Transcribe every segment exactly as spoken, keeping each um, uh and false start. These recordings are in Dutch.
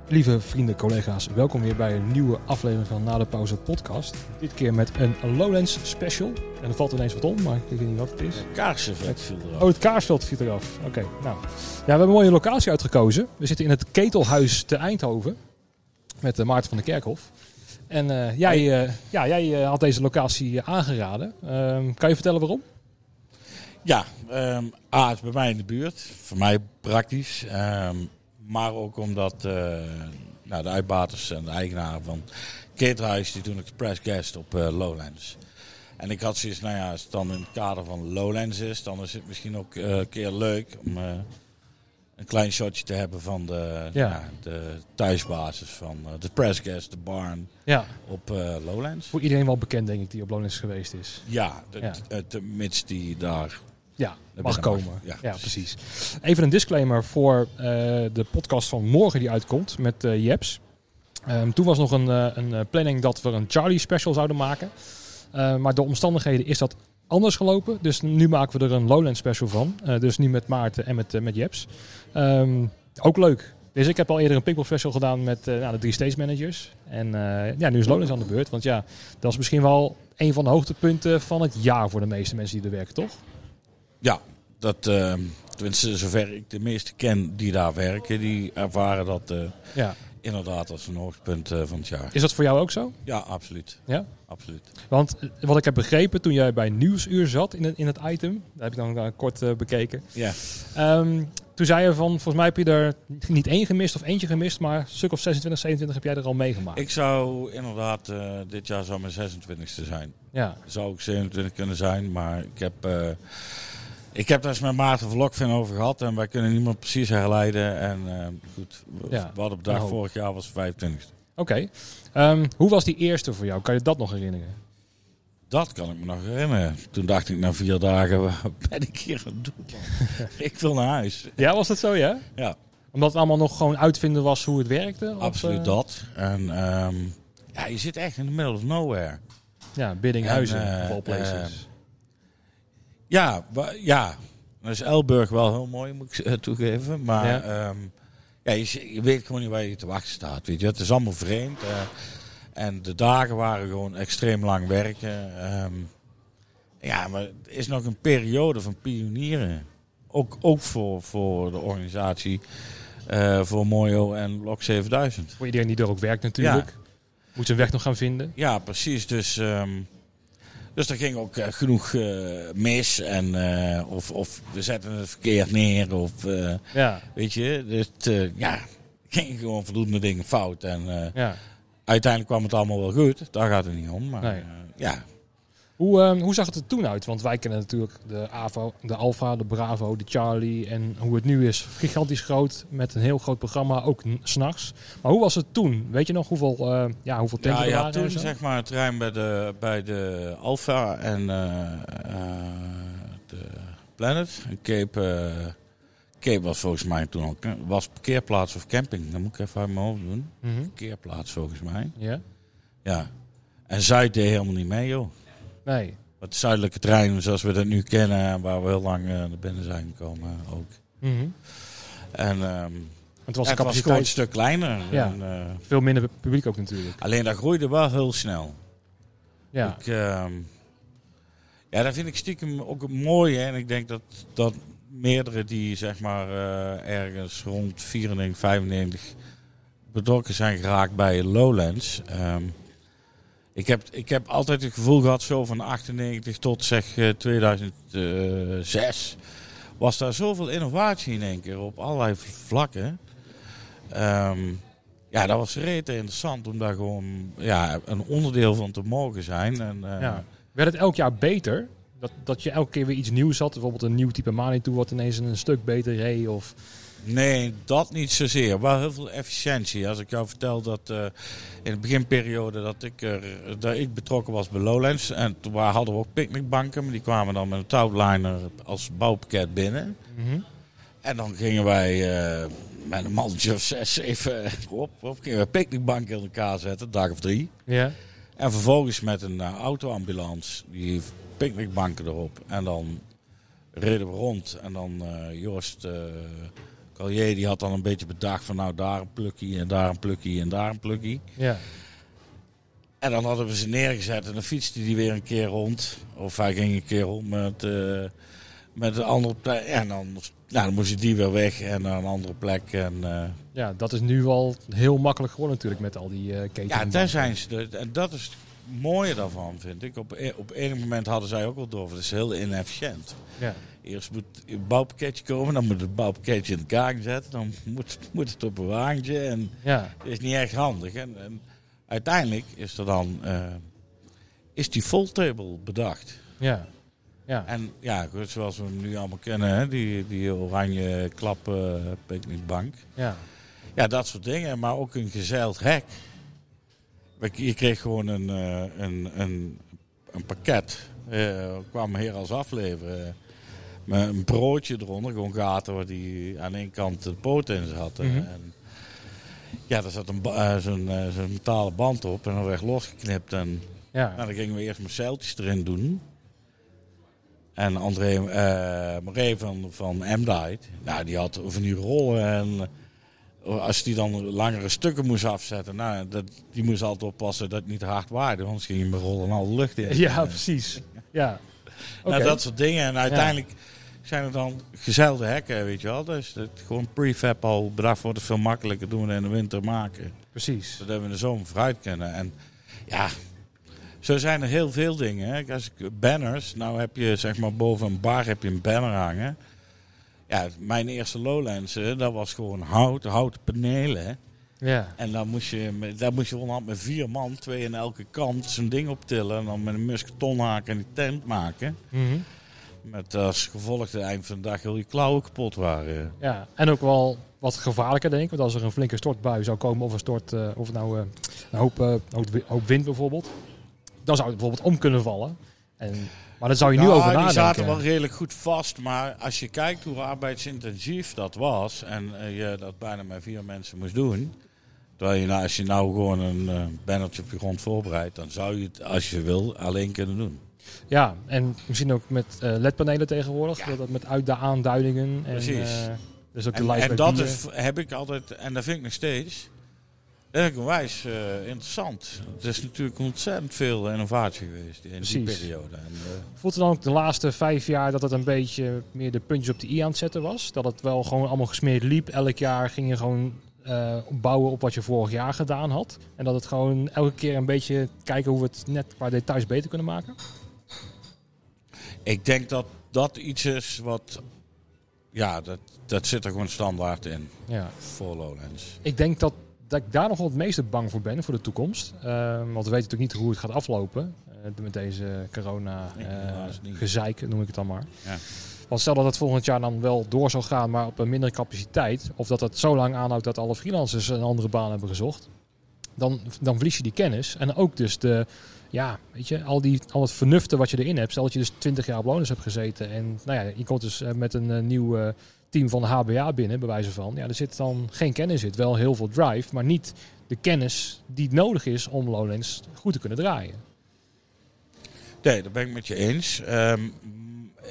Lieve vrienden, collega's, welkom weer bij een nieuwe aflevering van Na de Pauze podcast. Dit keer met een Lowlands special. En er valt ineens wat om, maar ik weet niet wat het is. Het kaarsveld viel eraf. Oh, het kaarsveld viel eraf. Oké, okay, nou. Ja, we hebben een mooie locatie uitgekozen. We zitten in het Ketelhuis te Eindhoven. Met uh, Maarten van der Kerkhof. En uh, jij, uh, ja, jij uh, had deze locatie uh, aangeraden. Uh, kan je vertellen waarom? Ja, um, A, het is bij mij in de buurt. Voor mij praktisch. Um, maar ook omdat uh, nou, de uitbaters en de eigenaren van Ketelhuis, die doen express guest op uh, Lowlands. En ik had zoiets, nou ja, als het dan in het kader van Lowlands is, dan is het misschien ook uh, een keer leuk om uh, een klein shotje te hebben van de, ja. Ja, de thuisbasis van uh, de press guest, de barn, ja. op uh, Lowlands. Voor iedereen wel bekend, denk ik, die op Lowlands geweest is. Ja, de, ja. de, de, mits die daar... Ja, mag komen. Mag. Ja, ja, precies. Even een disclaimer voor uh, de podcast van morgen die uitkomt met uh, Jeps. Um, toen was nog een, uh, een planning dat we een Charlie special zouden maken. Uh, maar door omstandigheden is dat anders gelopen. Dus nu maken we er een Lowlands special van. Uh, dus nu met Maarten en met, uh, met Jeps. Um, ook leuk. Dus ik heb al eerder een Pinkpop special gedaan met uh, nou, de drie stage managers. En uh, ja, nu is Lowlands aan de beurt. Want ja, dat is misschien wel een van de hoogtepunten van het jaar voor de meeste mensen die er werken, toch? Ja, dat, uh, tenminste zover ik de meesten ken die daar werken, die ervaren dat uh, ja. inderdaad als een hoogtepunt uh, van het jaar. Is dat voor jou ook zo? Ja, absoluut. Ja? Absoluut. Want wat ik heb begrepen toen jij bij Nieuwsuur zat in het, in het item, dat heb ik dan uh, kort uh, bekeken. Ja. Um, toen zei je van, volgens mij heb je er niet één gemist of eentje gemist, maar een stuk of zesentwintig, zevenentwintig heb jij er al meegemaakt. Ik zou inderdaad, uh, dit jaar zou mijn zesentwintigste zijn. Ja. Zou ook zevenentwintig kunnen zijn, maar ik heb... Uh, Ik heb daar eens met Maarten van Lokveen over gehad en wij kunnen niemand precies herleiden. En uh, goed, we, ja, we hadden op dag vorig jaar was vijfentwintigste. Oké. Okay. Um, hoe was die eerste voor jou? Kan je dat nog herinneren? Dat kan ik me nog herinneren. Toen dacht ik na vier dagen, wat ben ik hier aan het doen? Ik wil naar huis. Ja, was dat zo, ja? Ja. Omdat het allemaal nog gewoon uitvinden was hoe het werkte? Absoluut of, uh... dat. En um, ja, je zit echt in the middle of nowhere. Ja, Biddinghuizen, uh, of all places. Uh, Ja, ja, dat is Elburg wel heel mooi, moet ik uh, toegeven. Maar ja. Um, ja, je, je weet gewoon niet waar je te wachten staat. Weet je. Het is allemaal vreemd. Uh, en de dagen waren gewoon extreem lang werken. Um, ja, maar het is nog een periode van pionieren. Ook, ook voor, voor de organisatie, uh, voor Mojo en Lok zevenduizend. Voor iedereen die er ook werkt natuurlijk. Ja. Moet zijn weg nog gaan vinden. Ja, precies. Dus... Um, Dus er ging ook uh, genoeg uh, mis en uh, of, of we zetten het verkeerd neer of uh, ja. weet je, dus uh, ja, ging gewoon voldoende dingen fout en uh, ja. uiteindelijk kwam het allemaal wel goed. Daar gaat het niet om, maar nee. uh, ja. Hoe, uh, hoe zag het er toen uit? Want wij kennen natuurlijk de Avo, de Alfa, de Bravo, de Charlie en hoe het nu is. Gigantisch groot met een heel groot programma, ook n- 's nachts. Maar hoe was het toen? Weet je nog hoeveel, uh, ja, hoeveel tenten ja, er ja, waren? Toen zeg maar het terrein bij de, bij de Alfa en uh, uh, de Planet. En Cape, uh, Cape was volgens mij toen ook was parkeerplaats of camping. Dat moet ik even uit mijn hoofd doen. Mm-hmm. Parkeerplaats volgens mij. Ja. Ja. En Zuid deed helemaal niet mee, joh. Nee. Het zuidelijke terrein zoals we dat nu kennen, waar we heel lang uh, naar binnen zijn gekomen ook. Mm-hmm. En um, het was, ja, het was gewoon een stuk kleiner. Ja. En, uh, veel minder publiek ook natuurlijk. Alleen dat groeide wel heel snel. Ja. Ik, um, ja, dat vind ik stiekem ook mooi. Hè? En ik denk dat, dat meerdere die zeg maar uh, ergens rond vierennegentig, vijfennegentig betrokken zijn geraakt bij Lowlands. Um, Ik heb, ik heb altijd het gevoel gehad, zo van achtennegentig tot zeg uh, tweeduizend zes, was daar zoveel innovatie in één keer op allerlei vlakken. Um, ja, dat was rete interessant om daar gewoon ja, een onderdeel van te mogen zijn. En, uh, ja. Werd het elk jaar beter? Dat, dat je elke keer weer iets nieuws had? Bijvoorbeeld een nieuw type Manitou wat ineens een stuk beter reed? Of... Nee, dat niet zozeer. Wel heel veel efficiëntie. Als ik jou vertel dat uh, in de beginperiode dat ik, uh, dat ik betrokken was bij Lowlands. En toen hadden we ook picknickbanken. Maar die kwamen dan met een touwliner als bouwpakket binnen. Mm-hmm. En dan gingen wij uh, met een mannetje of zes, zeven op, op gingen we picknickbanken in elkaar zetten. Dag of drie. Yeah. En vervolgens met een uh, autoambulance. Die picknickbanken erop. En dan reden we rond. En dan uh, Joost... Uh, Collier die had dan een beetje bedacht van nou daar een plukkie en daar een plukkie en daar een plukkie. Ja. En dan hadden we ze neergezet en dan fietste die weer een keer rond. Of hij ging een keer rond met, uh, met een andere plek. En dan, nou, dan moest je die weer weg en naar een andere plek. En, uh, ja, dat is nu al heel makkelijk geworden natuurlijk met al die uh, catering. Ja, daar zijn ze. De, en dat is het mooie daarvan, vind ik. Op, op enig moment hadden zij ook wel door. Dat is heel inefficiënt. Ja. Eerst moet het bouwpakketje komen, dan moet het bouwpakketje in elkaar zetten. Dan moet, moet het op een wagentje. En ja. Dat is niet echt handig. En, en uiteindelijk is er dan uh, is die foldtable bedacht. Ja. Ja. En ja, goed, zoals we hem nu allemaal kennen, hè, die, die oranje klap uh, picknickbank. Ja. Ja, dat soort dingen. Maar ook een gezeild hek. Je kreeg gewoon een, uh, een, een, een pakket. Uh, kwam hier als afleveren. Uh, met een broodje eronder, gewoon gaten waar die aan één kant de poot in zat. Mm-hmm. En ja, daar zat een uh, zo'n, uh, zo'n metalen band op en dan werd losgeknipt. En ja. nou, dan gingen we eerst mijn zeiltjes erin doen. En André, uh, Marie van, van M-Diet, nou, die had van die rollen. En als die dan langere stukken moest afzetten, nou, dat, die moest altijd oppassen dat het niet te hard waarde. Anders ging je met rollen al de lucht in. Ja, precies. Ja. Okay. Nou, dat soort dingen. En uiteindelijk... Ja. Zijn er dan gezeilde hekken, weet je wel. Dus dat gewoon prefab al bedacht wordt, het veel makkelijker doen we in de winter maken. Precies. Dat we in de zomer vooruit kunnen. En ja, zo zijn er heel veel dingen. Hè. Als ik, banners, nou heb je zeg maar boven een bar heb je een banner hangen. Ja, mijn eerste Lowlands, dat was gewoon hout, houten panelen. Ja. En dan moest je, daar moest je gewoon met vier man, twee aan elke kant, zo'n ding optillen. En dan met een musketon haken en die tent maken. Mm-hmm. Met als gevolg het eind van de dag heel je klauwen kapot waren. Ja, en ook wel wat gevaarlijker denk ik. Want als er een flinke stortbui zou komen of een stort, uh, of nou uh, een hoop, uh, hoop wind bijvoorbeeld. Dan zou het bijvoorbeeld om kunnen vallen. En, maar daar zou je nou, nu over nadenken. Die zaten wel redelijk goed vast. Maar als je kijkt hoe arbeidsintensief dat was. En uh, je dat bijna met vier mensen moest doen. Terwijl je nou, als je nou gewoon een uh, bannertje op je grond voorbereidt. Dan zou je het als je wil alleen kunnen doen. Ja, en misschien ook met uh, L E D-panelen tegenwoordig. Ja. Dat met uit de aanduidingen. Precies. En, uh, dus ook en, de en dat is, heb ik altijd, en dat vind ik nog steeds, dat vind ik onwijs uh, interessant. Het is natuurlijk ontzettend veel innovatie geweest in Precies. die periode. En, uh, Voelt het dan ook de laatste vijf jaar dat het een beetje meer de puntjes op de i aan het zetten was? Dat het wel gewoon allemaal gesmeerd liep. Elk jaar ging je gewoon uh, bouwen op wat je vorig jaar gedaan had. En dat het gewoon elke keer een beetje kijken hoe we het net qua details beter kunnen maken? Ik denk dat dat iets is wat... Ja, dat, dat zit er gewoon standaard in. Ja. Voor Lowlands. Ik denk dat, dat ik daar nog wel het meeste bang voor ben voor de toekomst. Uh, want we weten natuurlijk niet hoe het gaat aflopen. Uh, met deze corona uh, gezeik, noem ik het dan maar. Ja. Want stel dat het volgend jaar dan wel door zou gaan, maar op een mindere capaciteit. Of dat het zo lang aanhoudt dat alle freelancers een andere baan hebben gezocht. Dan, dan verlies je die kennis. En ook dus de... Ja, weet je, al, die, al het vernufte wat je erin hebt. Stel dat je dus twintig jaar op Lowlands hebt gezeten. En nou ja, je komt dus met een uh, nieuw uh, team van de H B A binnen, bij wijze van. Ja, er zit dan geen kennis in. Wel heel veel drive, maar niet de kennis die nodig is om Lowlands goed te kunnen draaien. Nee, dat ben ik met je eens. Um, uh,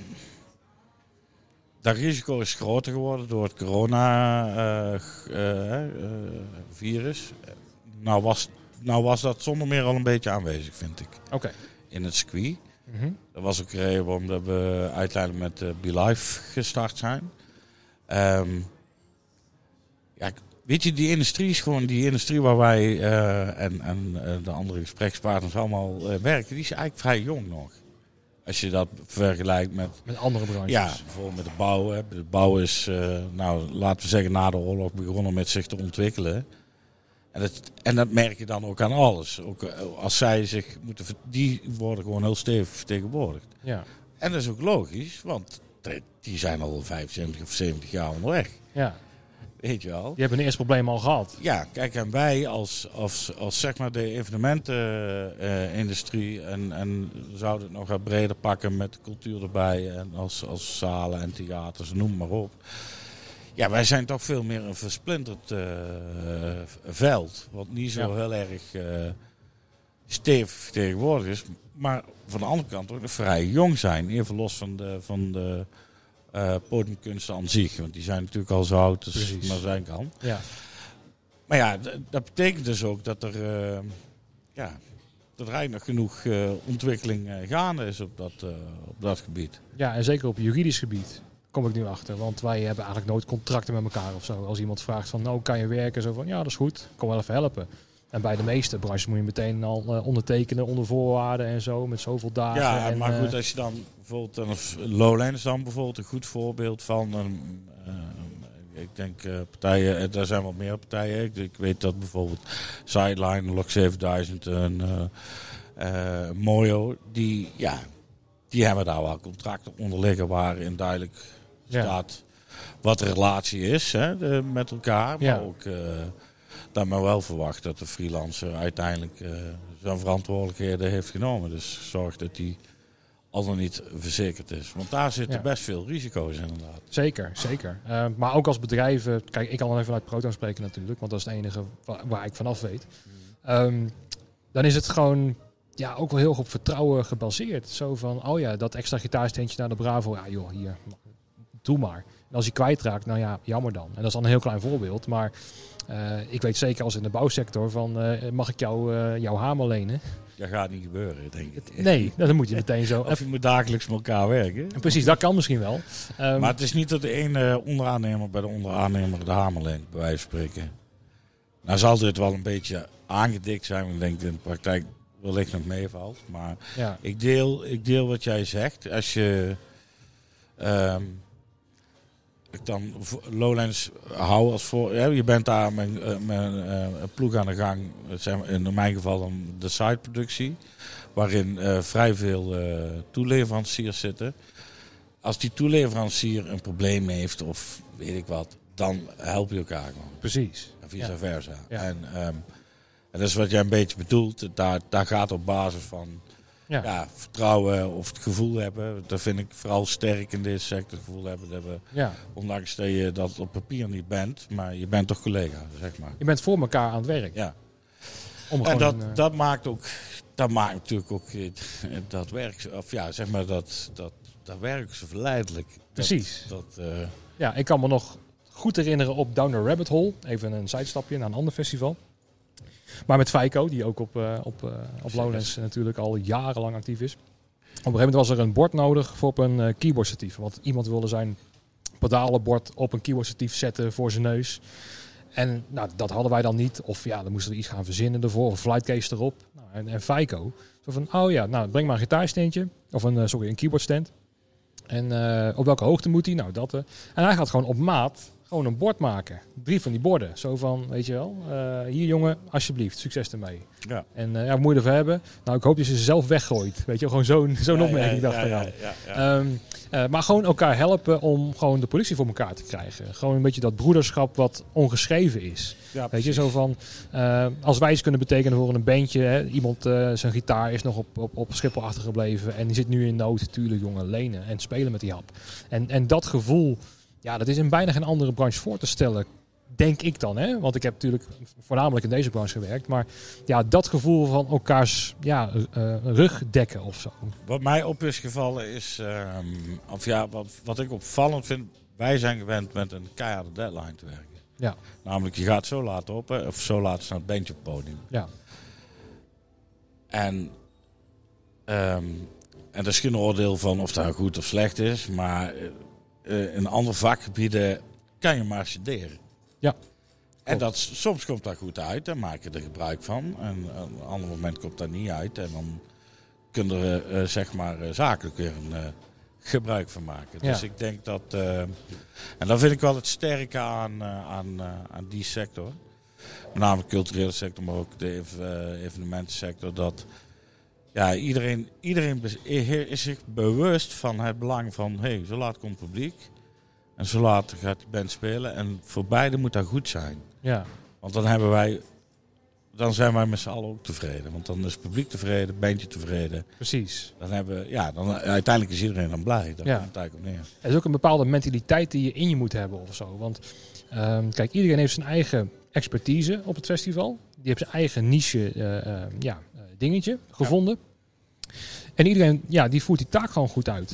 dat risico is groter geworden door het coronavirus. Uh, uh, uh, nou was Nou was dat zonder meer al een beetje aanwezig, vind ik. Oké. Okay. In het circuit. Mm-hmm. Dat was ook de reden waarom we uiteindelijk met uh, BeLive gestart zijn. Um, ja, weet je, die industrie is gewoon die industrie waar wij uh, en, en uh, de andere gesprekspartners allemaal uh, werken. Die is eigenlijk vrij jong nog. Als je dat vergelijkt met... Met andere branches. Ja, bijvoorbeeld met de bouw. Hè. De bouw is, uh, nou, laten we zeggen, na de oorlog begonnen met zich te ontwikkelen. En dat, en dat merk je dan ook aan alles. Ook als zij zich moeten... Die worden gewoon heel stevig vertegenwoordigd. Ja. En dat is ook logisch, want die zijn al vijfentwintig of zeventig jaar onderweg. Ja. Weet je wel. Die hebben een eerste probleem al gehad. Ja, kijk, en wij als, als, als zeg maar de evenementenindustrie... Uh, en, en zouden het nog wat breder pakken met de cultuur erbij... en als, als zalen en theaters, noem maar op... Ja, wij zijn toch veel meer een versplinterd uh, veld. Wat niet zo ja. heel erg uh, stevig vertegenwoordigd is. Maar van de andere kant ook nog vrij jong zijn. Even los van de, van de uh, podiumkunsten aan zich. Want die zijn natuurlijk al zo oud als het maar zijn kan. Ja. Maar ja, d- dat betekent dus ook dat er, uh, ja, dat er eigenlijk nog genoeg uh, ontwikkeling uh, gaande is op dat, uh, op dat gebied. Ja, en zeker op juridisch gebied kom ik nu achter. Want wij hebben eigenlijk nooit contracten met elkaar of zo. Als iemand vraagt van, nou kan je werken? Zo van, ja, dat is goed. Kom wel even helpen. En bij de meeste branches moet je meteen al uh, ondertekenen onder voorwaarden en zo. Met zoveel dagen. Ja, en, maar uh, goed, als je dan bijvoorbeeld, of Lowlands dan bijvoorbeeld een goed voorbeeld van... Um, uh, ik denk uh, partijen, daar zijn wat meer partijen. Ik, ik weet dat bijvoorbeeld Sideline, Log zevenduizend en uh, uh, Mojo, die, ja, die hebben daar wel contracten onder liggen waarin duidelijk staat ja. wat de relatie is hè, de, met elkaar. Maar ja. ook uh, dat men wel verwacht dat de freelancer uiteindelijk uh, zijn verantwoordelijkheden heeft genomen. Dus zorg dat die al dan niet verzekerd is. Want daar zitten ja. best veel risico's in inderdaad. Zeker, zeker. Uh, maar ook als bedrijven... Kijk, ik kan alleen vanuit Proton spreken natuurlijk. Want dat is het enige waar, waar ik vanaf weet. Mm. Um, dan is het gewoon... Ja, ook wel heel erg op vertrouwen gebaseerd. Zo van, oh ja, dat extra gitaarsteentje naar de Bravo. Ja joh, hier, doe maar. En als je kwijtraakt, nou ja, jammer dan. En dat is dan een heel klein voorbeeld. Maar uh, ik weet zeker als in de bouwsector van... Uh, mag ik jou, uh, jouw hamer lenen? Dat gaat niet gebeuren, denk ik. Nee, dan moet je meteen zo... Of je moet dagelijks met elkaar werken. Precies, dat kan misschien wel. Um, maar het is niet dat de ene onderaannemer bij de onderaannemer de hamer leent, bij wijze van spreken. Nou zal dit wel een beetje aangedikt zijn, want ik denk dat in de praktijk wellicht nog meevalt. Maar ja. ik, deel, ik deel wat jij zegt. Als je... Um, ik dan Lowlands hou als voor... Ja, je bent daar met, uh, met uh, een ploeg aan de gang. Zeg maar in mijn geval dan de siteproductie. Waarin uh, vrij veel uh, toeleveranciers zitten. Als die toeleverancier een probleem heeft of weet ik wat... dan help je elkaar gewoon. Precies. En vice ja. versa. Ja. En, um, en dat is wat jij een beetje bedoelt. Daar, daar gaat op basis van... Ja. ja, vertrouwen of het gevoel hebben. Dat vind ik vooral sterk in deze sector. Het gevoel hebben dat we, ja. ondanks dat je dat op papier niet bent, maar je bent toch collega, zeg maar. Je bent voor elkaar aan het werk. Ja. Om en dat, een, uh... dat maakt ook, dat maakt natuurlijk ook dat werk, of ja, zeg maar dat, dat, dat werk zo verleidelijk. Precies. Dat, dat, uh... Ja, ik kan me nog goed herinneren op Down the Rabbit Hole. Even een sidestapje naar een ander festival. Maar met Feiko, die ook op, uh, op, uh, op Lowlands natuurlijk al jarenlang actief is. Op een gegeven moment was er een bord nodig voor op een uh, keyboardstatief. Want iemand wilde zijn pedalenbord op een keyboardstatief zetten voor zijn neus. En nou, dat hadden wij dan niet. Of ja, dan moesten we iets gaan verzinnen ervoor. Of een flightcase erop. Nou, en, en Feiko. Zo van, oh ja, nou breng maar een gitaarsteentje. Of een, uh, sorry, een keyboardstand. En uh, op welke hoogte moet hij? Nou, dat. Uh. En hij gaat gewoon op maat... Gewoon een bord maken. Drie van die borden. Zo van, weet je wel. Uh, hier jongen, alsjeblieft. Succes ermee. Ja. En uh, ja, wat moet je ervoor hebben? Nou, ik hoop dat je ze zelf weggooit. Weet je, gewoon zo'n zo'n ja, opmerking ja, achteraan. Ja, ja, ja, ja. um, uh, maar gewoon elkaar helpen om gewoon de politie voor elkaar te krijgen. Gewoon een beetje dat broederschap wat ongeschreven is. Ja, weet je, zo van... Uh, als wij iets kunnen betekenen voor een bandje. Hè, iemand, uh, zijn gitaar is nog op, op, op Schiphol achtergebleven. En die zit nu in nood. Tuurlijk, jongen, lenen en spelen met die hap. En, en dat gevoel... Ja, dat is in bijna geen andere branche voor te stellen, denk ik dan. Hè? Want ik heb natuurlijk voornamelijk in deze branche gewerkt. Maar ja, dat gevoel van elkaars ja, uh, rug dekken of zo. Wat mij op is gevallen is... Uh, of ja, wat, wat ik opvallend vind... Wij zijn gewend met een keiharde deadline te werken. Ja. Namelijk, je gaat zo laat op, hè, of zo laat staat het bandje op het podium. Ja. En... Um, en dat is geen oordeel van of dat goed of slecht is, maar... Uh, in andere vakgebieden kan je maar studeren. Ja. En dat, soms komt dat goed uit, dan maak je er gebruik van. En op een ander moment komt dat niet uit. En dan kun je er uh, zeg maar uh, zakelijk weer een uh, gebruik van maken. Ja. Dus ik denk dat... Uh, en dat vind ik wel het sterke aan, uh, aan, uh, aan die sector. Met name de culturele sector, maar ook de uh, evenementensector. Dat... Ja, iedereen, iedereen is zich bewust van het belang van... hé, hey, zo laat komt het publiek. En zo laat gaat die band spelen. En voor beide moet dat goed zijn. Ja. Want dan hebben wij... Dan zijn wij met z'n allen ook tevreden. Want dan is het publiek tevreden, het bandje tevreden. Precies. Dan hebben we... Ja, dan, uiteindelijk is iedereen dan blij. Daar ja. komt het eigenlijk op neer. Er is ook een bepaalde mentaliteit die je in je moet hebben of zo. Want um, kijk, iedereen heeft zijn eigen expertise op het festival. Die heeft zijn eigen niche... Uh, uh, ja, dingetje gevonden. Ja. En iedereen, ja, die voert die taak gewoon goed uit.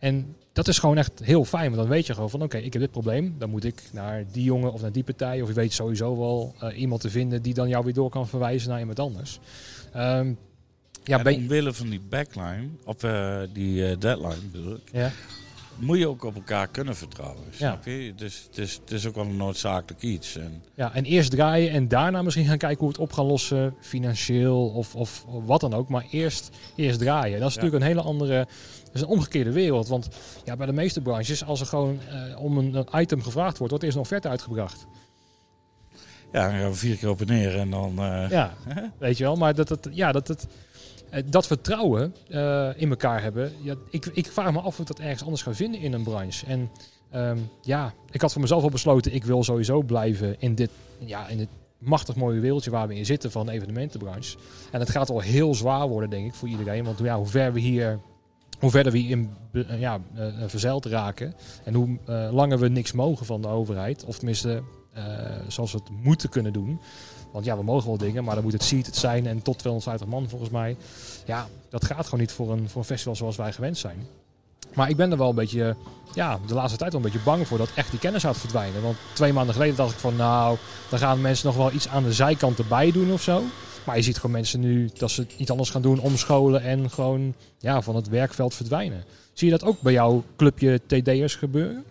En dat is gewoon echt heel fijn. Want dan weet je gewoon van oké, okay, ik heb dit probleem. Dan moet ik naar die jongen of naar die partij. Of je weet sowieso wel uh, iemand te vinden die dan jou weer door kan verwijzen naar iemand anders. Um, ja, en ben... omwille van die backline, of uh, die uh, deadline bedoel ik, ja. moet je ook op elkaar kunnen vertrouwen. Snap je? Ja. Dus het is, het is ook wel een noodzakelijk iets. En... Ja, en eerst draaien en daarna misschien gaan kijken hoe we het op gaan lossen. Financieel of, of wat dan ook. Maar eerst, eerst draaien. Dat is ja. natuurlijk een hele andere... Dat is een omgekeerde wereld. Want ja, bij de meeste branches, als er gewoon uh, om een, een item gevraagd wordt, wordt eerst een offerte uitgebracht. Ja, dan gaan we vier keer op en neer en dan... Uh... Ja, weet je wel. Maar dat het... Ja, dat het dat vertrouwen uh, in elkaar hebben. Ja, ik, ik vraag me af of ik dat ergens anders ga vinden in een branche. En um, ja, ik had voor mezelf al besloten, ik wil sowieso blijven in dit, ja, in dit machtig mooie wereldje waar we in zitten van de evenementenbranche. En het gaat al heel zwaar worden, denk ik, voor iedereen. Want ja, hoe ver we hier, hoe verder we hierin uh, ja, uh, verzeild raken en hoe uh, langer we niks mogen van de overheid, of tenminste uh, zoals we het moeten kunnen doen. Want ja, we mogen wel dingen, maar dan moet het seated zijn en tot tweehonderdvijftig man volgens mij. Ja, dat gaat gewoon niet voor een, voor een festival zoals wij gewend zijn. Maar ik ben er wel een beetje, ja, de laatste tijd wel een beetje bang voor dat echt die kennis gaat verdwijnen. Want twee maanden geleden dacht ik van, nou, dan gaan mensen nog wel iets aan de zijkant erbij doen of zo. Maar je ziet gewoon mensen nu dat ze iets anders gaan doen, omscholen en gewoon ja, van het werkveld verdwijnen. Zie je dat ook bij jouw clubje T D'ers gebeuren?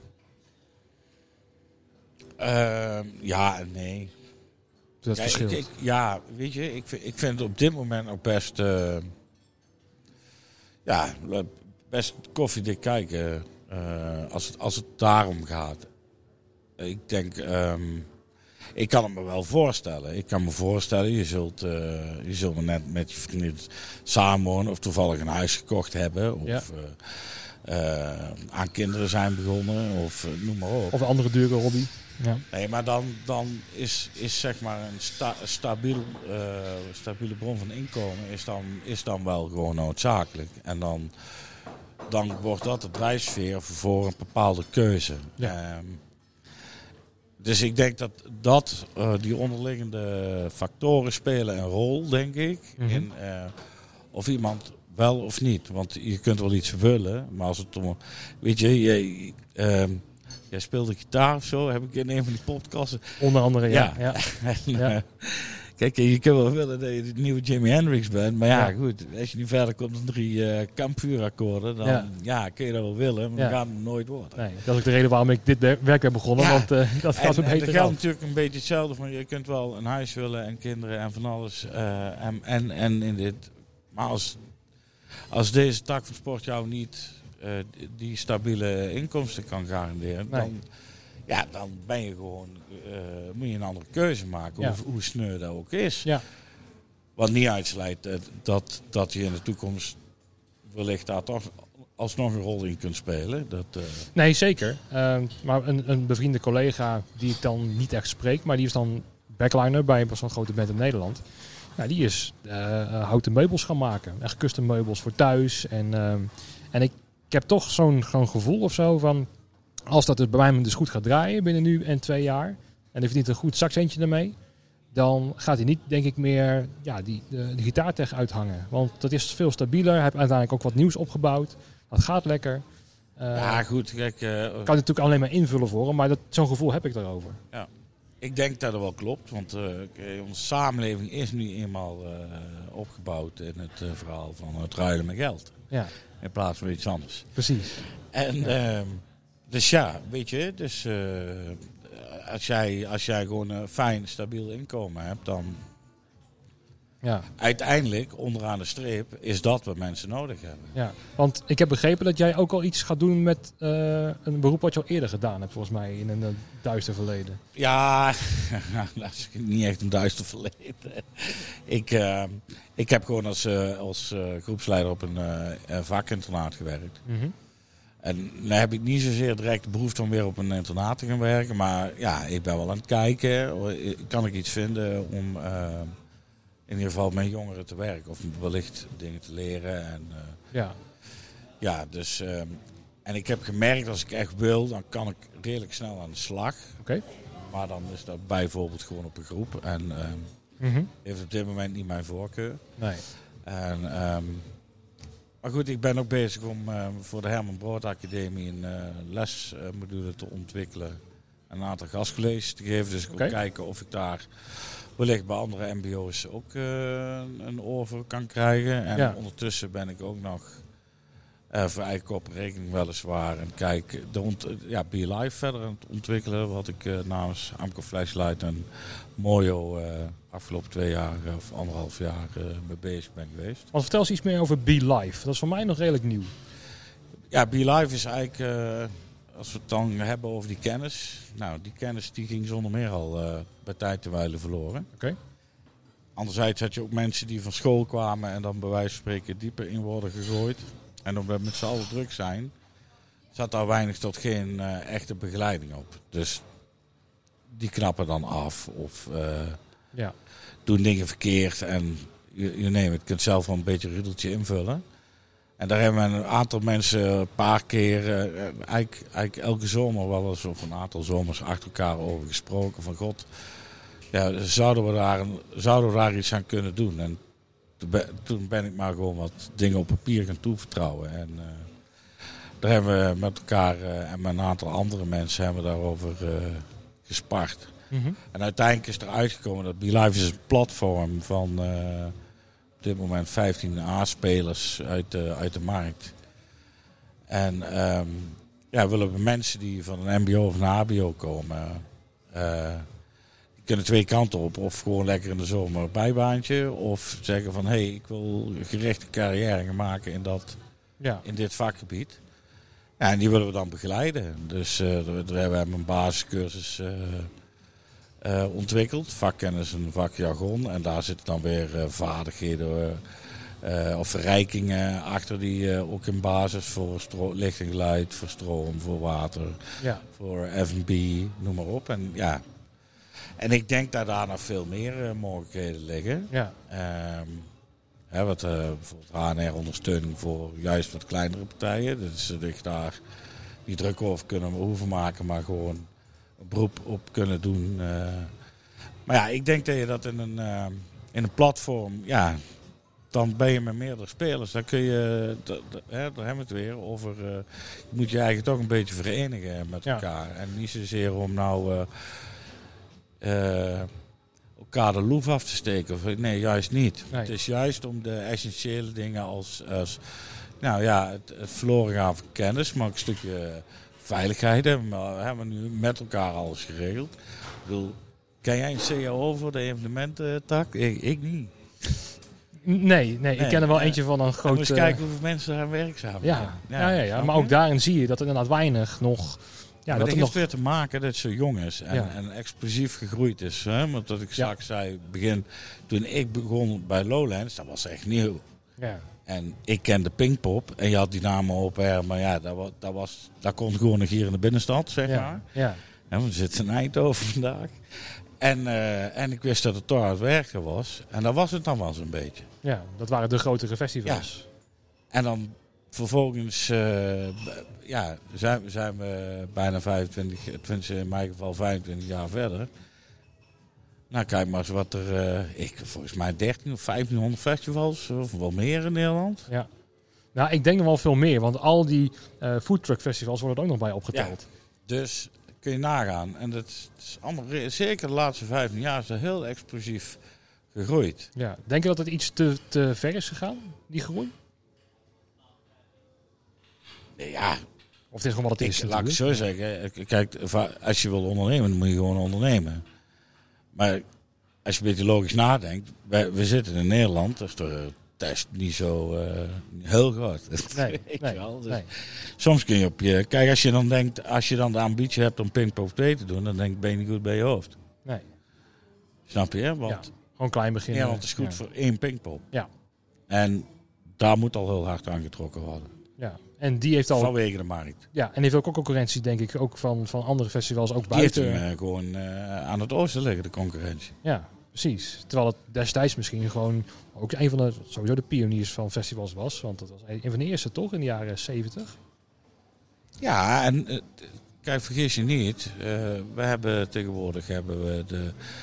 Uh, ja, nee. Dat ja, verschilt. Ik, ik, ja, weet je, ik, ik vind het op dit moment ook best, uh, ja, best koffiedik kijken uh, als, het, als het daarom gaat. Ik denk, um, ik kan het me wel voorstellen. Ik kan me voorstellen, je zult, uh, je zult net met je vrienden samenwonen of toevallig een huis gekocht hebben. Of ja. uh, uh, aan kinderen zijn begonnen of uh, noem maar op. Of een andere dure hobby. Ja. Nee, maar dan, dan is, is zeg maar een sta, stabiel, uh, stabiele bron van inkomen is dan, is dan wel gewoon noodzakelijk. En dan, dan wordt dat de drijfveer voor een bepaalde keuze. Ja. Um, dus ik denk dat, dat uh, die onderliggende factoren spelen een rol, denk ik. Mm-hmm. In uh, of iemand wel of niet. Want je kunt wel iets willen, maar als het om... Weet je, je... Uh, Jij speelde gitaar of zo, heb ik in een van die podcasten. Onder andere, ja. ja. en, ja. Uh, kijk, je kunt wel willen dat je de nieuwe Jimi Hendrix bent. Maar ja, ja. goed, als je niet verder komt dan drie uh, kampvuurakkoorden, dan ja. ja, kun je dat wel willen, maar ja. dan gaat het nooit worden. Nee, dat is ook de reden waarom ik dit werk heb begonnen, ja. want uh, dat gaat en, zo beter. En dat geldt natuurlijk een beetje hetzelfde van, je kunt wel een huis willen en kinderen en van alles. Uh, en, en, en in dit, maar als, als deze tak van sport jou niet... Uh, die stabiele inkomsten kan garanderen, nee. dan, ja, dan ben je gewoon, uh, moet je een andere keuze maken, ja. hoe, hoe sneu dat ook is. Ja. Wat niet uitsluit uh, dat, dat je in de toekomst wellicht daar toch alsnog een rol in kunt spelen. Dat, uh... Nee, zeker. Uh, maar een, een bevriende collega die ik dan niet echt spreek, maar die is dan backliner bij zo'n grote band in Nederland. Ja, die is uh, uh, houten meubels gaan maken. Echt custom meubels voor thuis. En, uh, en ik Ik heb toch zo'n, zo'n gevoel of zo van... als dat het bij mij dus goed gaat draaien binnen nu en twee jaar... en hij verdient een goed zakcentje ermee... dan gaat hij niet, denk ik, meer ja, die, de, de gitaartech uithangen. Want dat is veel stabieler. Hij heeft uiteindelijk ook wat nieuws opgebouwd. Dat gaat lekker. Uh, ja, goed. Kijk, uh, kan het natuurlijk alleen maar invullen voor hem... maar dat, zo'n gevoel heb ik daarover. Ja. Ik denk dat dat wel klopt. Want uh, onze samenleving is nu eenmaal uh, opgebouwd... in het uh, verhaal van het ruilen met geld. Ja. In plaats van iets anders. Precies. En ja. Uh, dus ja, weet je, dus uh, als jij, als jij gewoon een fijn, stabiel inkomen hebt, dan ja. uiteindelijk onderaan de streep is dat wat mensen nodig hebben. Ja, want ik heb begrepen dat jij ook al iets gaat doen met uh, een beroep wat je al eerder gedaan hebt, volgens mij, in een uh, duister verleden. Ja, dat is niet echt een duister verleden. Ik, uh, ik heb gewoon als, uh, als uh, groepsleider op een uh, vakinternaat gewerkt. Mm-hmm. En dan heb ik niet zozeer direct de behoefte om weer op een internaat te gaan werken. Maar ja, ik ben wel aan het kijken. Kan ik iets vinden om uh, in ieder geval met jongeren te werken. Of wellicht dingen te leren. En, uh, ja. Ja, dus... Uh, en ik heb gemerkt, als ik echt wil, dan kan ik redelijk snel aan de slag. Oké. Okay. Maar dan is dat bijvoorbeeld gewoon op een groep. En uh, mm-hmm. heeft op dit moment niet mijn voorkeur. Nee. En... Um, Maar goed, ik ben ook bezig om uh, voor de Herman Brood Academie een uh, lesmodule te ontwikkelen. Een aantal gastcolleges te geven. Dus ik Okay. wil kijken of ik daar wellicht bij andere mbo's ook uh, een oor voor kan krijgen. En ja. ondertussen ben ik ook nog uh, voor eigen kostenrekening weliswaar. En kijk, de ont- ja, Be Live verder aan het ontwikkelen. Wat ik uh, namens Amco Flashlight en Mojo uh, afgelopen twee jaar uh, of anderhalf jaar uh, mee bezig ben geweest. Want vertel eens iets meer over Be Live. Dat is voor mij nog redelijk nieuw. Ja, Be Live is eigenlijk, uh, als we het dan hebben over die kennis. Nou, die kennis die ging zonder meer al uh, bij tijd te wijlen verloren. Okay. Anderzijds had je ook mensen die van school kwamen en dan bij wijze van spreken dieper in worden gegooid. En omdat we met z'n allen druk zijn, zat daar weinig tot geen uh, echte begeleiding op. Dus die knappen dan af of uh, ja. doen dingen verkeerd. En je, je neemt het, je kunt zelf wel een beetje een riedeltje invullen. En daar hebben we een aantal mensen een paar keer, uh, eigenlijk, eigenlijk elke zomer wel eens of een aantal zomers achter elkaar over gesproken. Van god, ja, zouden, we daar een, zouden we daar iets aan kunnen doen? En toen ben, toen ben ik maar gewoon wat dingen op papier gaan toevertrouwen. En uh, daar hebben we met elkaar uh, en met een aantal andere mensen hebben we daarover uh, gespart. Mm-hmm. En uiteindelijk is er uitgekomen dat Be Live is een platform van uh, op dit moment vijftien A-spelers uit de, uit de markt. En um, ja, willen we mensen die van een mbo of een hbo komen, uh, die kunnen twee kanten op. Of gewoon lekker in de zomer een bijbaantje. Of zeggen van, hé, hey, ik wil gerichte carrière maken in, dat, ja. in dit vakgebied. Ja, en die willen we dan begeleiden. Dus uh, daar hebben we een basiscursus uh, uh, ontwikkeld. Vakkennis en vakjargon. En daar zitten dan weer uh, vaardigheden uh, uh, of verrijkingen achter die uh, ook in basis voor stro- licht en geluid, voor stroom, voor water, ja. voor F en B, noem maar op. En ja, en ik denk dat daar nog veel meer uh, mogelijkheden liggen. Ja. Um, He, wat, uh, bijvoorbeeld H en R-ondersteuning voor juist wat kleinere partijen. Dus dat ik daar niet druk over kunnen hoeven maken, maar gewoon een beroep op kunnen doen. Uh, maar ja, ik denk dat je dat in een, uh, in een platform, ja, dan ben je met meerdere spelers. Dan kun je, d- d- hè, daar hebben we het weer over, uh, je moet je eigenlijk toch een beetje verenigen met elkaar. Ja. En niet zozeer om nou... Uh, uh, elkaar de loef af te steken. Of, nee, juist niet. Nee. Het is juist om de essentiële dingen als, als nou ja, het, het verloren gaan van kennis, maar ook een stukje veiligheid. Hebben we hebben nu met elkaar alles geregeld. Ik bedoel, ken jij een C A O voor de evenemententak? Ik, ik niet. Nee, nee, nee, ik ken er wel eentje van een groot... Moet eens kijken hoeveel mensen daar werkzaam zijn. Ja, ja, ja, ja, ja. Maar ook daarin zie je dat er inderdaad weinig nog... Ja, maar dat, dat heeft nog... weer te maken dat het zo jong is en, ja. en explosief gegroeid is. Hè? Want dat ik straks ja. zei, begin, toen ik begon bij Lowlands, dat was echt nieuw. Ja. En ik kende Pinkpop en je had die namen op her, maar ja, dat was, dat was, dat kon gewoon nog hier in de binnenstad, zeg ja. maar. Ja. En we zitten in Eindhoven vandaag. En, uh, en ik wist dat het toch aan het werken was. En dat was het dan wel zo'n beetje. Ja, dat waren de grotere festivals. Ja. En dan... Vervolgens uh, ja, zijn, zijn we bijna vijfentwintig, tenminste in mijn geval vijfentwintig jaar verder. Nou, kijk maar eens wat er, uh, ik, volgens mij dertien of vijftienhonderd festivals, of wel meer in Nederland. Ja. Nou, ik denk nog wel veel meer, want al die uh, foodtruck festivals worden er ook nog bij opgeteld. Ja, dus kun je nagaan. En dat is, dat is allemaal, zeker de laatste vijftien jaar is dat heel explosief gegroeid. Ja. Denk je dat het iets te, te ver is gegaan, die groei? Ja, of het is gewoon wat het is. Ik, laat ik het zo zeggen. Kijk, als je wil ondernemen, dan moet je gewoon ondernemen. Maar als je een beetje logisch nadenkt, wij, we zitten in Nederland, dat is toch test niet zo uh, heel groot. Nee, nee, wel. Dus nee. Soms kun je op je... Kijk, als je dan denkt, als je dan de ambitie hebt om Pinkpop twee te doen, dan denk ik, ben je niet goed bij je hoofd. Nee. Snap je? Want ja, gewoon klein beginnen. Ja, want het is goed ja. voor één Pinkpop. Ja. En daar moet al heel hard aan getrokken worden. Ja. En die heeft al... Vanwege de markt. Ja, en heeft ook concurrentie, denk ik, ook van, van andere festivals, ook buiten. Die heeft hem uh, gewoon uh, aan het oosten liggen, de concurrentie. Ja, precies. Terwijl het destijds misschien gewoon ook een van de, sowieso de pioniers van festivals was. Want dat was een van de eerste, toch, in de jaren zeventig? Ja, en uh, kijk, vergis je niet. Uh, we hebben tegenwoordig hebben we de...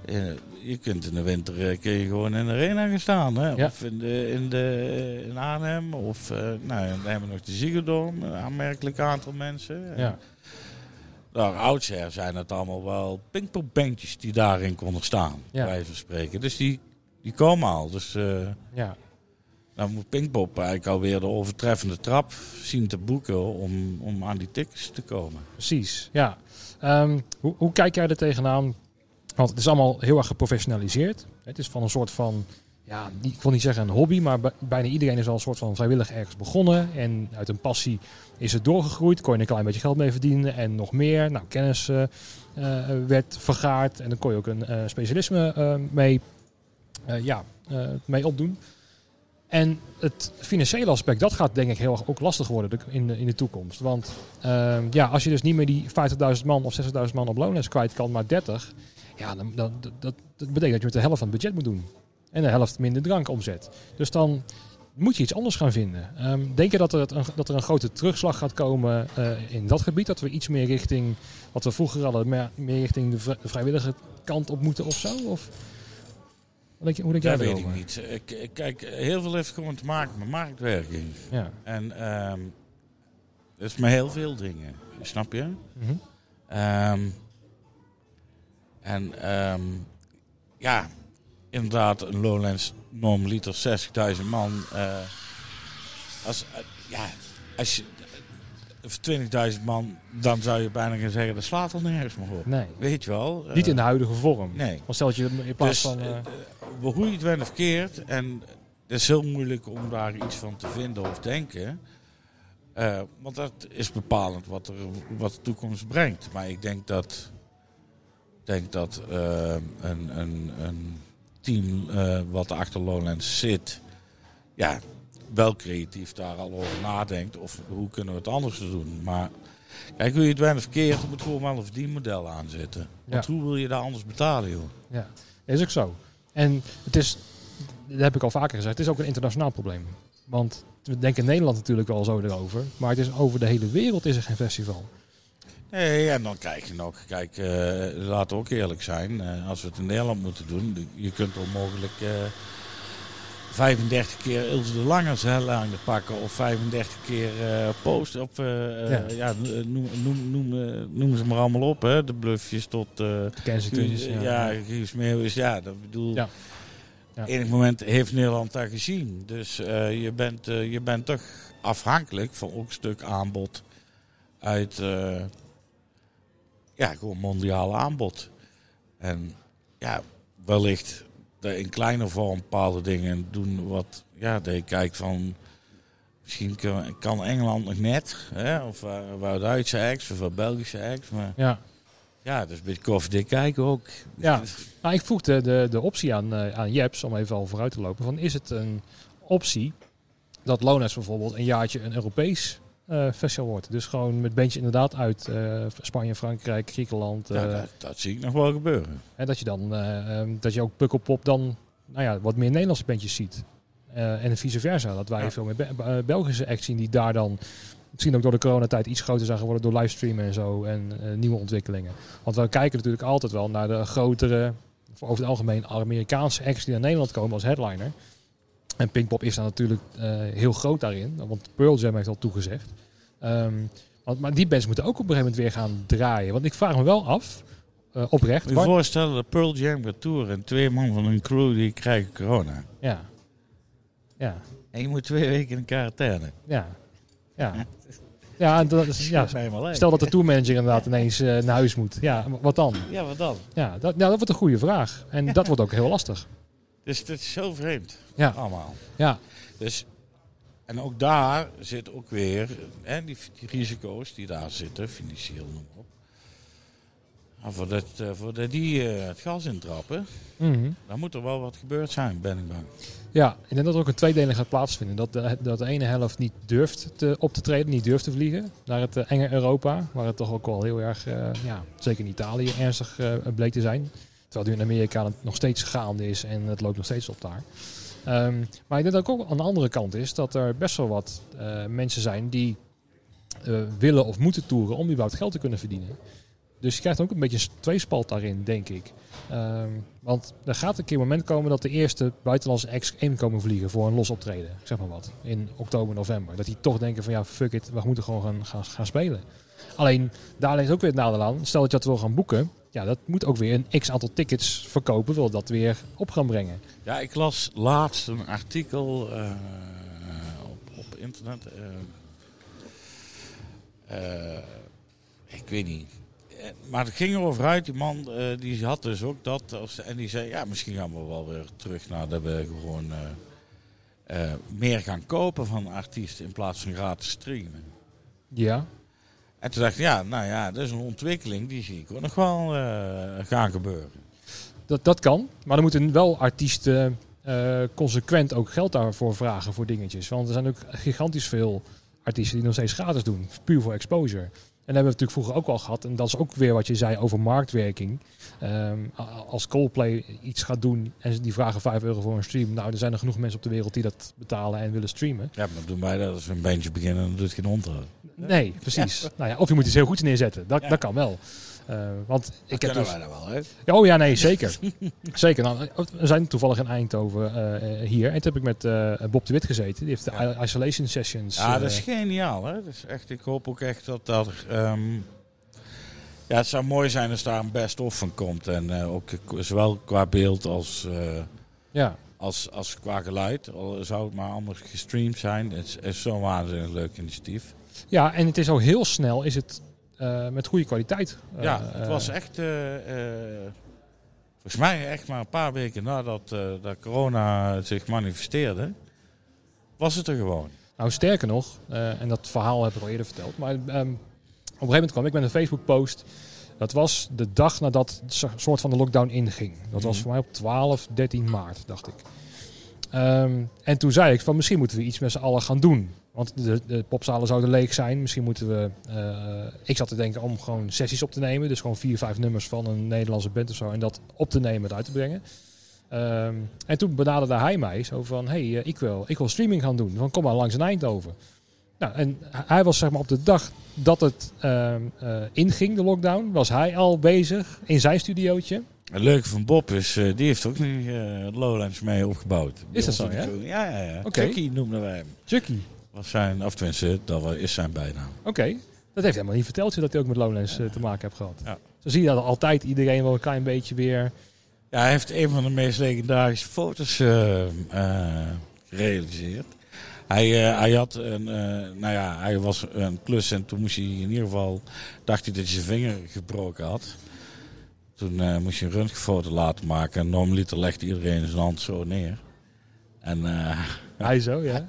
Uh, je kunt in de winter uh, kun je gewoon in de arena gaan staan. Hè? Ja. Of in, de, in, de, in Arnhem. Of uh, nou, dan hebben we nog de Ziggo Dome. Een aanmerkelijk aantal mensen. Ja. Nou, oudsher zijn het allemaal wel pingpongbandjes die daarin konden staan. Ja. Bij wijze van spreken. Dus die, die komen al. Dus uh, ja. dan moet Pinkpop eigenlijk alweer de overtreffende trap zien te boeken om, om aan die tickets te komen. Precies, ja. Um, hoe, hoe kijk jij er tegenaan? Want het is allemaal heel erg geprofessionaliseerd. Het is van een soort van, ja, ik wil niet zeggen een hobby, maar bijna iedereen is al een soort van vrijwillig ergens begonnen. En uit een passie is het doorgegroeid. Kon je een klein beetje geld mee verdienen en nog meer. Nou, kennis uh, uh, werd vergaard en dan kon je ook een uh, specialisme uh, mee, uh, ja, uh, mee opdoen. En het financiële aspect, dat gaat denk ik heel erg ook lastig worden in de, in de toekomst. Want uh, ja, als je dus niet meer die vijftigduizend man of zestigduizend man op loonlijst kwijt kan, maar dertig... Ja, dan, dan, dat, dat betekent dat je met de helft van het budget moet doen. En de helft minder drank omzet. Dus dan moet je iets anders gaan vinden. Um, denk je dat er, een, dat er een grote terugslag gaat komen uh, in dat gebied? Dat we iets meer richting, wat we vroeger hadden, meer, meer richting de, vri- de vrijwillige kant op moeten of zo? Of wat denk je, hoe denk jij dat daarover? weet ik niet. Ik, kijk, heel veel heeft gewoon te maken met marktwerking. Ja. En um, dat is met heel veel dingen. Snap je? Mm-hmm. Um, En um, ja, inderdaad, een Lowlands normaliter zestigduizend man. Uh, als, uh, ja, als je uh, voor twintigduizend man, dan zou je bijna gaan zeggen, dat slaat er nergens meer op. Nee. Weet je wel? Uh, Niet in de huidige vorm. Nee. Want stel je in plaats dus, van... Uh... Uh, hoe je het bent of keert, en het is heel moeilijk om daar iets van te vinden of denken. Uh, want dat is bepalend wat, er, wat de toekomst brengt. Maar ik denk dat... Ik denk dat uh, een, een, een team uh, wat achter Lowlands zit, ja, wel creatief daar al over nadenkt. Of hoe kunnen we het anders doen. Maar kijk, hoe je het bent of verkeerd, er moet gewoon wel een verdienmodel aan zitten. Want ja. Hoe wil je daar anders betalen, joh? Ja, dat is ook zo. En het is, dat heb ik al vaker gezegd, het is ook een internationaal probleem. Want we denken in Nederland natuurlijk wel zo erover. Maar het is over de hele wereld is er geen festival. Nee, en dan kijk je nog, kijk, uh, laten we ook eerlijk zijn, uh, als we het in Nederland moeten doen, je kunt onmogelijk uh, vijfendertig keer Ilse de Lange zeillijnen pakken of vijfendertig keer uh, post op, uh, ja, ja noem, noem, noem, noem ze maar allemaal op, hè, de bluffjes tot uh, Kensington's, ja, ja, Guus Meeuwis, ja, dat bedoel, ja. Ja. enig moment heeft Nederland dat gezien, dus uh, je, bent, uh, je bent toch afhankelijk van ook een stuk aanbod uit... Uh, Ja, gewoon mondiaal aanbod. En ja, wellicht in kleine vorm bepaalde dingen doen wat, ja, dat je kijkt van, misschien kan, kan Engeland nog net, hè, of uh, waar Duitse acts of waar Belgische acts, maar ja, ja, dat is een beetje koffiedik kijken ook. Ja, nou, ik vroeg de, de, de optie aan, uh, aan Jeps, om even al vooruit te lopen, van is het een optie dat Lowlands bijvoorbeeld een jaartje een Europees Uh, festival wordt. Dus gewoon met bandjes inderdaad uit uh, Spanje, Frankrijk, Griekenland. Uh, ja, dat, dat zie ik nog wel gebeuren. En dat je dan uh, um, dat je ook Pukkelpop dan nou ja, wat meer Nederlandse bandjes ziet. Uh, en vice versa. Dat wij ja. veel meer Be- uh, Belgische acts zien die daar dan misschien ook door de coronatijd iets groter zijn geworden door livestreamen en zo en uh, nieuwe ontwikkelingen. Want we kijken natuurlijk altijd wel naar de grotere, over het algemeen Amerikaanse acts die naar Nederland komen als headliner. En Pinkpop is daar natuurlijk uh, heel groot daarin. Want Pearl Jam heeft al toegezegd. Um, want, maar die bands moeten ook op een gegeven moment weer gaan draaien. Want ik vraag me wel af, uh, oprecht. Moet je je voorstellen dat Pearl Jam gaat touren en twee man van hun crew die krijgen corona. Ja. Ja. En je moet twee weken in quarantaine. Ja. Ja. Ja, en dat is, ja, stel dat de tourmanager inderdaad ineens uh, naar huis moet. Ja, wat dan? Ja, wat dan? Ja, dat, nou, dat wordt een goede vraag. En ja. dat wordt ook heel lastig. Dus het is zo vreemd. Ja. Allemaal. Ja. Dus, en ook daar zit ook weer hè, die, die risico's die daar zitten, financieel noem op. En voordat, uh, voordat die uh, het gas intrappen, mm-hmm. dan moet er wel wat gebeurd zijn, ben ik bang. Ja, ik denk dat er ook een tweedeling gaat plaatsvinden. Dat de, dat de ene helft niet durft te, op te treden, niet durft te vliegen naar het uh, enge Europa. Waar het toch ook wel heel erg, uh, ja, zeker in Italië, ernstig uh, bleek te zijn. Terwijl nu in Amerika het nog steeds gaande is en het loopt nog steeds op daar. Um, maar ik denk dat ook aan de andere kant is dat er best wel wat uh, mensen zijn die uh, willen of moeten toeren om überhaupt geld te kunnen verdienen. Dus je krijgt ook een beetje een tweespalt daarin, denk ik. Um, want er gaat een keer een moment komen dat de eerste buitenlandse acts in komen vliegen voor een los optreden. Zeg maar wat. In oktober, november. Dat die toch denken van ja, fuck it, we moeten gewoon gaan, gaan, gaan spelen. Alleen, daar ligt ook weer het nadeel aan. Stel dat je dat wil gaan boeken. Ja, dat moet ook weer een x aantal tickets verkopen. Wil dat weer op gaan brengen. Ja, ik las laatst een artikel uh, op, op internet. Uh, uh, ik weet niet. Maar het ging erover uit, die man uh, die had dus ook dat. En die zei, ja, misschien gaan we wel weer terug naar dat we gewoon uh, uh, meer gaan kopen van artiesten in plaats van gratis streamen. Ja. En toen dacht ik, ja, nou ja, dat is een ontwikkeling die zie ik ook nog wel uh, gaan gebeuren. Dat, dat kan, maar dan moeten wel artiesten uh, consequent ook geld daarvoor vragen voor dingetjes. Want er zijn ook gigantisch veel artiesten die nog steeds gratis doen, puur voor exposure. En dat hebben we natuurlijk vroeger ook al gehad. En dat is ook weer wat je zei over marktwerking. Um, als Coldplay iets gaat doen en die vragen vijf euro voor een stream. Nou, er zijn er genoeg mensen op de wereld die dat betalen en willen streamen. Ja, maar doen wij dat als we een bandje beginnen, dan doet het geen hond. Nee, precies. Ja. Nou ja, of je moet iets heel goeds neerzetten. Dat, ja. dat kan wel. Uh, want ik dat heb dus... wij dat wel, hè? Ja, oh ja, nee, zeker. zeker. Nou, we zijn toevallig in Eindhoven uh, hier. En toen heb ik met uh, Bob de Wit gezeten. Die heeft de ja. Isolation Sessions. Ja, uh, dat is geniaal, hè? Dat is echt, ik hoop ook echt dat dat... Um, ja, het zou mooi zijn als daar een best-of van komt. En uh, ook zowel qua beeld als, uh, ja. als, als qua geluid. Al zou het maar anders gestreamd zijn. Het is, is zo'n waanzinnig leuk initiatief. Ja, en het is al heel snel... Is het Uh, met goede kwaliteit. Uh, ja, het was echt, uh, uh, volgens mij echt maar een paar weken nadat uh, dat corona zich manifesteerde, was het er gewoon. Nou, sterker nog, uh, en dat verhaal heb ik al eerder verteld, maar um, op een gegeven moment kwam ik met een Facebook post. Dat was de dag nadat het soort van de lockdown inging. Dat mm-hmm. was voor mij op twaalf, dertien maart, dacht ik. Um, en toen zei ik van misschien moeten we iets met z'n allen gaan doen. Want de, de popzalen zouden leeg zijn. Misschien moeten we... Uh, ik zat te denken om gewoon sessies op te nemen. Dus gewoon vier, vijf nummers van een Nederlandse band of zo. En dat op te nemen en uit te brengen. Um, en toen benaderde hij mij zo van... Hé, hey, uh, ik, wil, ik wil streaming gaan doen. Van kom maar langs in Eindhoven. Nou, en hij was zeg maar op de dag dat het uh, uh, inging, de lockdown... was hij al bezig in zijn studiootje. Het leuke van Bob is... Uh, die heeft ook nu uh, Lowlands mee opgebouwd. Is dat zo, ja? Ja, ja, ja. Okay. Chucky noemden wij hem. Chucky? Was zijn, of tenminste, dat is zijn bijnaam. Oké, okay. Dat heeft hij helemaal niet verteld, dat hij ook met Lowlands uh, te maken heeft gehad. Ja. Zo zie je dat altijd iedereen wel een klein beetje weer... Ja, hij heeft een van de meest legendarische foto's uh, uh, gerealiseerd. Hij, uh, hij had een, uh, nou ja, hij was een klus en toen moest hij in ieder geval, dacht hij dat hij zijn vinger gebroken had. Toen uh, moest je een röntgenfoto laten maken en normaliter legde iedereen zijn hand zo neer. En uh, hij zo, ja.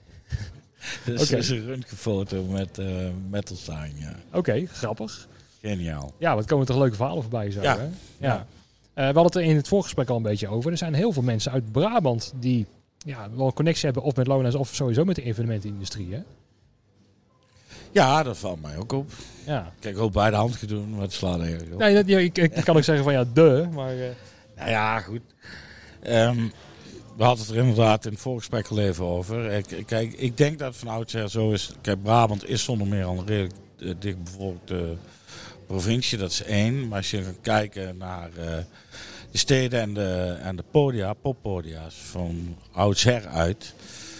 Dus okay. is een röntgenfoto met uh, metal sign, ja. Oké, okay, grappig. Geniaal. Ja, wat komen er toch leuke verhalen voorbij zo, ja. hè? Ja. ja. Uh, we hadden het er in het voorgesprek al een beetje over. Er zijn heel veel mensen uit Brabant die ja, wel een connectie hebben of met Lowlands of sowieso met de evenementenindustrie, hè? Ja, dat valt mij ook op. Ja. Kijk, ook bij de hand gedaan, maar het slaat eigenlijk op. Nee, dat, ja, ik, ik kan ook zeggen van ja, de, maar... Uh... Nou ja, goed. Um, we hadden het er inderdaad in het voorgesprek al even over. Ik, kijk, ik denk dat het van oudsher zo is. Kijk, Brabant is zonder meer al een redelijk uh, dichtbevolkte provincie, dat is één. Maar als je gaat kijken naar uh, de steden en de, en de podia, poppodia's van oudsher uit.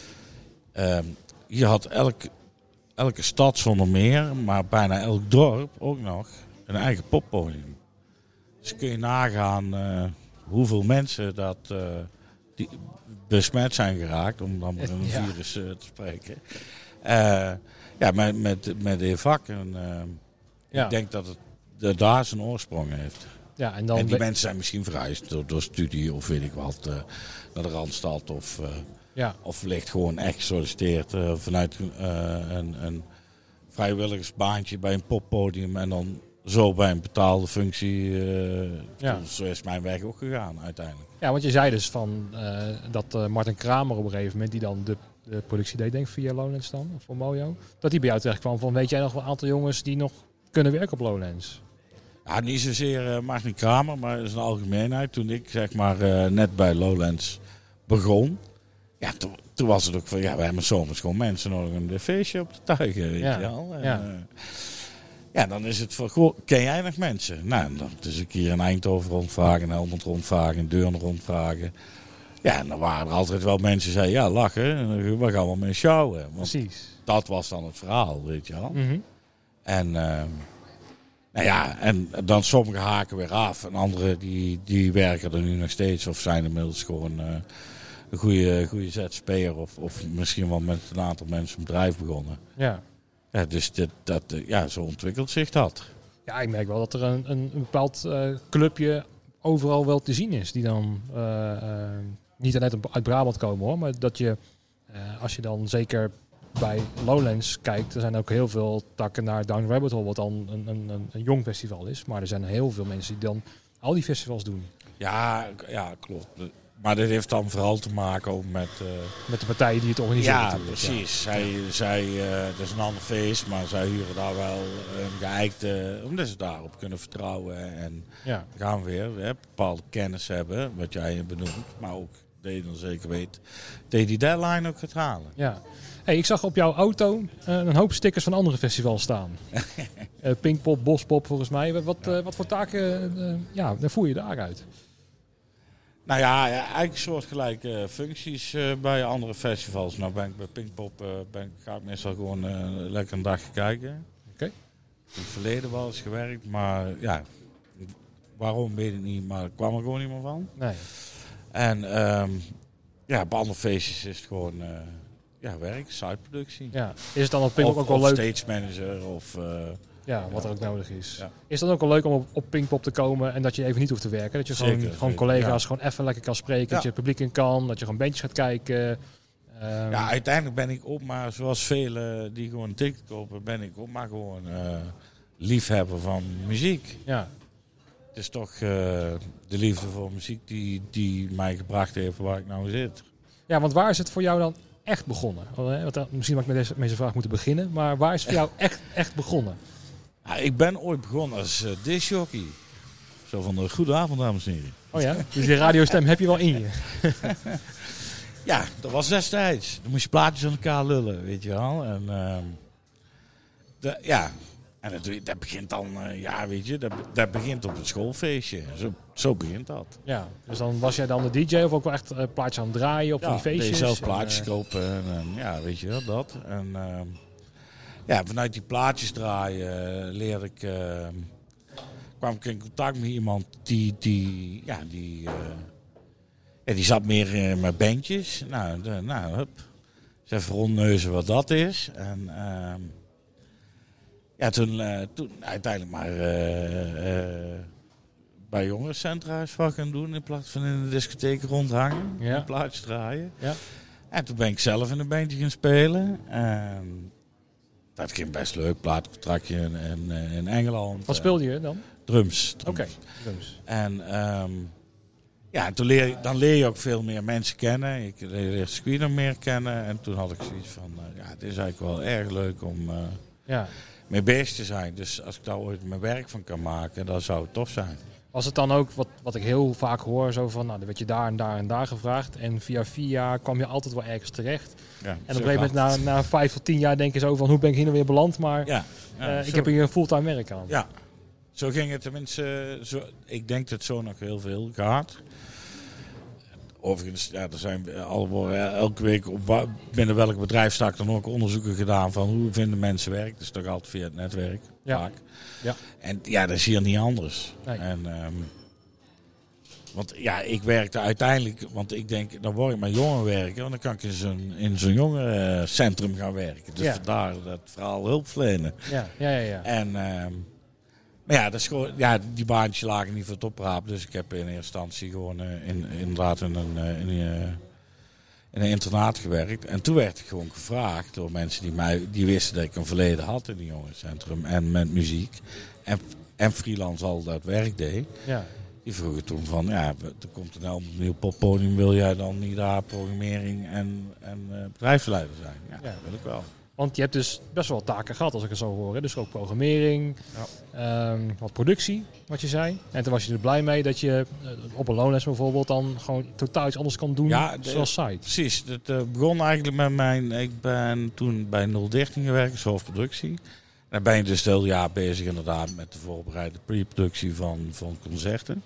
Um, je had elk, elke stad zonder meer, maar bijna elk dorp ook nog een eigen poppodium. Dus kun je nagaan uh, hoeveel mensen dat... Uh, die besmet zijn geraakt, om dan met een ja. virus uh, te spreken. Uh, ja, met, met, met de vak. En, uh, ja. Ik denk dat het de, daar zijn oorsprong heeft. Ja, en, dan en die we... mensen zijn misschien verhuisd door, door studie of weet ik wat, uh, naar de Randstad. Of, uh, ja. of wellicht gewoon echt gesolliciteerd uh, vanuit uh, een, een vrijwilligersbaantje bij een poppodium. En dan zo bij een betaalde functie. Uh, ja. Zo is mijn weg ook gegaan uiteindelijk. Ja, want je zei dus van uh, dat uh, Martin Kramer op een gegeven moment, die dan de, de productie deed, denk ik via Lowlands dan, of voor Mojo, dat hij bij jou terecht kwam van, weet jij nog wel een aantal jongens die nog kunnen werken op Lowlands? Ja, niet zozeer uh, Martin Kramer, maar dat is een algemeenheid. Toen ik zeg maar uh, net bij Lowlands begon, ja, toen, toen was het ook van, ja, wij hebben zomers gewoon mensen nodig om een feestje op te tuigen, weet ja. je wel. En, ja. uh, Ja, dan is het van, goh, ken jij nog mensen? Nou, dan is ik hier in Eindhoven rondvragen, in Helmond rondvragen, in Deurne rondvragen. Ja, en dan waren er altijd wel mensen die zeiden, ja, lachen, we gaan wel mee sjouwen. Want Precies. dat was dan het verhaal, weet je wel. Mm-hmm. En, uh, nou ja, en dan sommige haken weer af. En anderen die, die werken er nu nog steeds of zijn inmiddels gewoon uh, een goede, goede Z Z P'er. Of, of misschien wel met een aantal mensen een bedrijf begonnen. Ja. Ja, dus dit, dat, ja, zo ontwikkelt zich dat. Ja, ik merk wel dat er een, een, een bepaald uh, clubje overal wel te zien is. Die dan uh, uh, niet net uit Brabant komen hoor. Maar dat je, uh, als je dan zeker bij Lowlands kijkt, er zijn ook heel veel takken naar Down Rabbit Hole, wat dan een, een, een, een jong festival is. Maar er zijn heel veel mensen die dan al die festivals doen. Ja, ja klopt. Maar dit heeft dan vooral te maken ook met... Uh, met de partijen die het organiseren. Ja, natuurlijk. precies. Ja. Zij, zij, uh, het is een ander feest, maar zij huren daar wel een geëikte... Omdat ze daarop kunnen vertrouwen. En ja. dan gaan we weer hè, bepaalde kennis hebben, wat jij benoemt. Maar ook, dat je dan zeker weet, dat je die deadline ook gaat halen. Ja. Hey, ik zag op jouw auto uh, een hoop stickers van andere festivals staan. uh, Pinkpop, Bospop volgens mij. Wat, uh, wat voor taken uh, ja, daar voer je daaruit? Nou ja, ja eigenlijk soortgelijke functies uh, bij andere festivals. Nou ben ik bij Pinkpop, uh, ben, ik- ga ik meestal gewoon uh, lekker een dagje kijken. Oké. In het verleden wel eens gewerkt, maar ja, waarom weet ik niet, maar ik kwam er gewoon niet meer van. Nee. En um, ja, bij andere feestjes is het gewoon uh, ja, werk, sideproductie. Ja. Is het dan op Pinkpop Of, ook wel of leuk? stage manager of... Uh, Ja, wat er ook nodig is. Ja. Is het dan ook wel leuk om op, op Pinkpop te komen en dat je even niet hoeft te werken? Dat je Zeker, gewoon, gewoon zeker, collega's ja. gewoon even lekker kan spreken, Ja. dat je het publiek in kan, dat je gewoon bandjes gaat kijken. Um, ja, uiteindelijk ben ik ook maar, zoals velen die gewoon een ticket kopen, ben ik ook maar gewoon uh, liefhebber van muziek. ja. Het is toch uh, de liefde voor muziek die, die mij gebracht heeft waar ik nou zit. ja, want waar is het voor jou dan echt begonnen? Want, uh, misschien had ik met deze, met deze vraag moeten beginnen, maar waar is het voor jou echt, echt begonnen? Ja, ik ben ooit begonnen als uh, discjockey. Zo van, uh, goedenavond dames en heren. Oh ja, dus die radiostem heb je wel in je. Ja, dat was destijds. Dan moest je plaatjes aan elkaar lullen, weet je wel. En, uh, de, ja, en dat, dat begint dan, uh, ja, weet je, dat, dat begint op een schoolfeestje. Zo, zo begint dat. Ja, dus dan was jij dan de D J of ook wel echt uh, plaatjes aan het draaien op Ja, die feestjes? deed zelf plaatjes en, uh, kopen en, en ja, weet je wel, dat. En uh, ja, vanuit die plaatjes draaien uh, leerde ik, uh, kwam ik in contact met iemand die, die, ja, die, uh, ja, die zat meer uh, met bandjes. Nou, de, nou, hup. Eens even rondneuzen wat dat is. En uh, ja, toen, uh, toen uiteindelijk maar uh, uh, bij jongerencentra is wat gaan doen in plaats van in de discotheek rondhangen. Ja. En plaatjes draaien. Ja. En toen ben ik zelf in een bandje gaan spelen. En dat ging best leuk, plaatcontractje in, in, in Engeland. Wat speelde je dan? Drums. Oké. drums. Dus. En um, ja, en toen leer, je- dan leer je ook veel meer mensen kennen. Ik leer Squeeder meer kennen. En toen had ik zoiets van, uh, ja, het is eigenlijk wel erg leuk om uh, Ja. mee bezig te zijn. Dus als ik daar ooit mijn werk van kan maken, dan zou het tof zijn. Was het dan ook, wat, wat ik heel vaak hoor, zo van, nou, dan werd je daar en daar en daar gevraagd. En via via kwam je altijd wel ergens terecht. Ja, En op een zo gegeven moment, gaat na, het. na vijf tot tien jaar, denk je zo van, hoe ben ik hier nou weer beland? Maar Ja, ja, uh, ik zo- heb hier een fulltime werk aan. Ja, zo ging het tenminste. Zo, ik denk dat zo nog heel veel gaat. Overigens, ja, er zijn al worden elke week op wa- binnen welk bedrijf sta ik dan ook onderzoeken gedaan van hoe vinden mensen werk. Dat is toch altijd via het netwerk, Ja. vaak. Ja. En ja, dat is hier niet anders. Nee. En, um, want ja, ik werkte uiteindelijk, want ik denk, dan word ik met jongeren werken, want dan kan ik in zo'n, in zo'n jongerencentrum gaan werken. Dus Ja. vandaar dat verhaal hulp verlenen. Ja, ja, ja. ja. En, ehm, maar ja, dat is gewoon, ja, die baantjes lagen niet voor het oprapen. Dus ik heb in eerste instantie gewoon uh, in, inderdaad in een, uh, in, uh, in een internaat gewerkt. En toen werd ik gewoon gevraagd door mensen die, mij, die wisten dat ik een verleden had in een jongerencentrum. En met muziek. En, en freelance al dat werk deed. ja. Die vroegen toen van, ja, er komt een heel nieuw poppodium. Wil jij dan niet daar programmering en, en uh, bedrijfsleider zijn? Ja, Ja. dat wil ik wel. Want je hebt dus best wel taken gehad, als ik het zo hoor. Hè? Dus ook programmering, ehm, wat productie, wat je zei. En toen was je er blij mee dat je uh, op een loonles bijvoorbeeld dan gewoon totaal iets anders kan doen, Ja, de- zoals site. Precies, het uh, begon eigenlijk met mijn, ik ben toen bij nul dertien gewerkt, als hoofdproductie. Dan ben je dus heel jaar bezig inderdaad met de voorbereide pre-productie van, van concerten.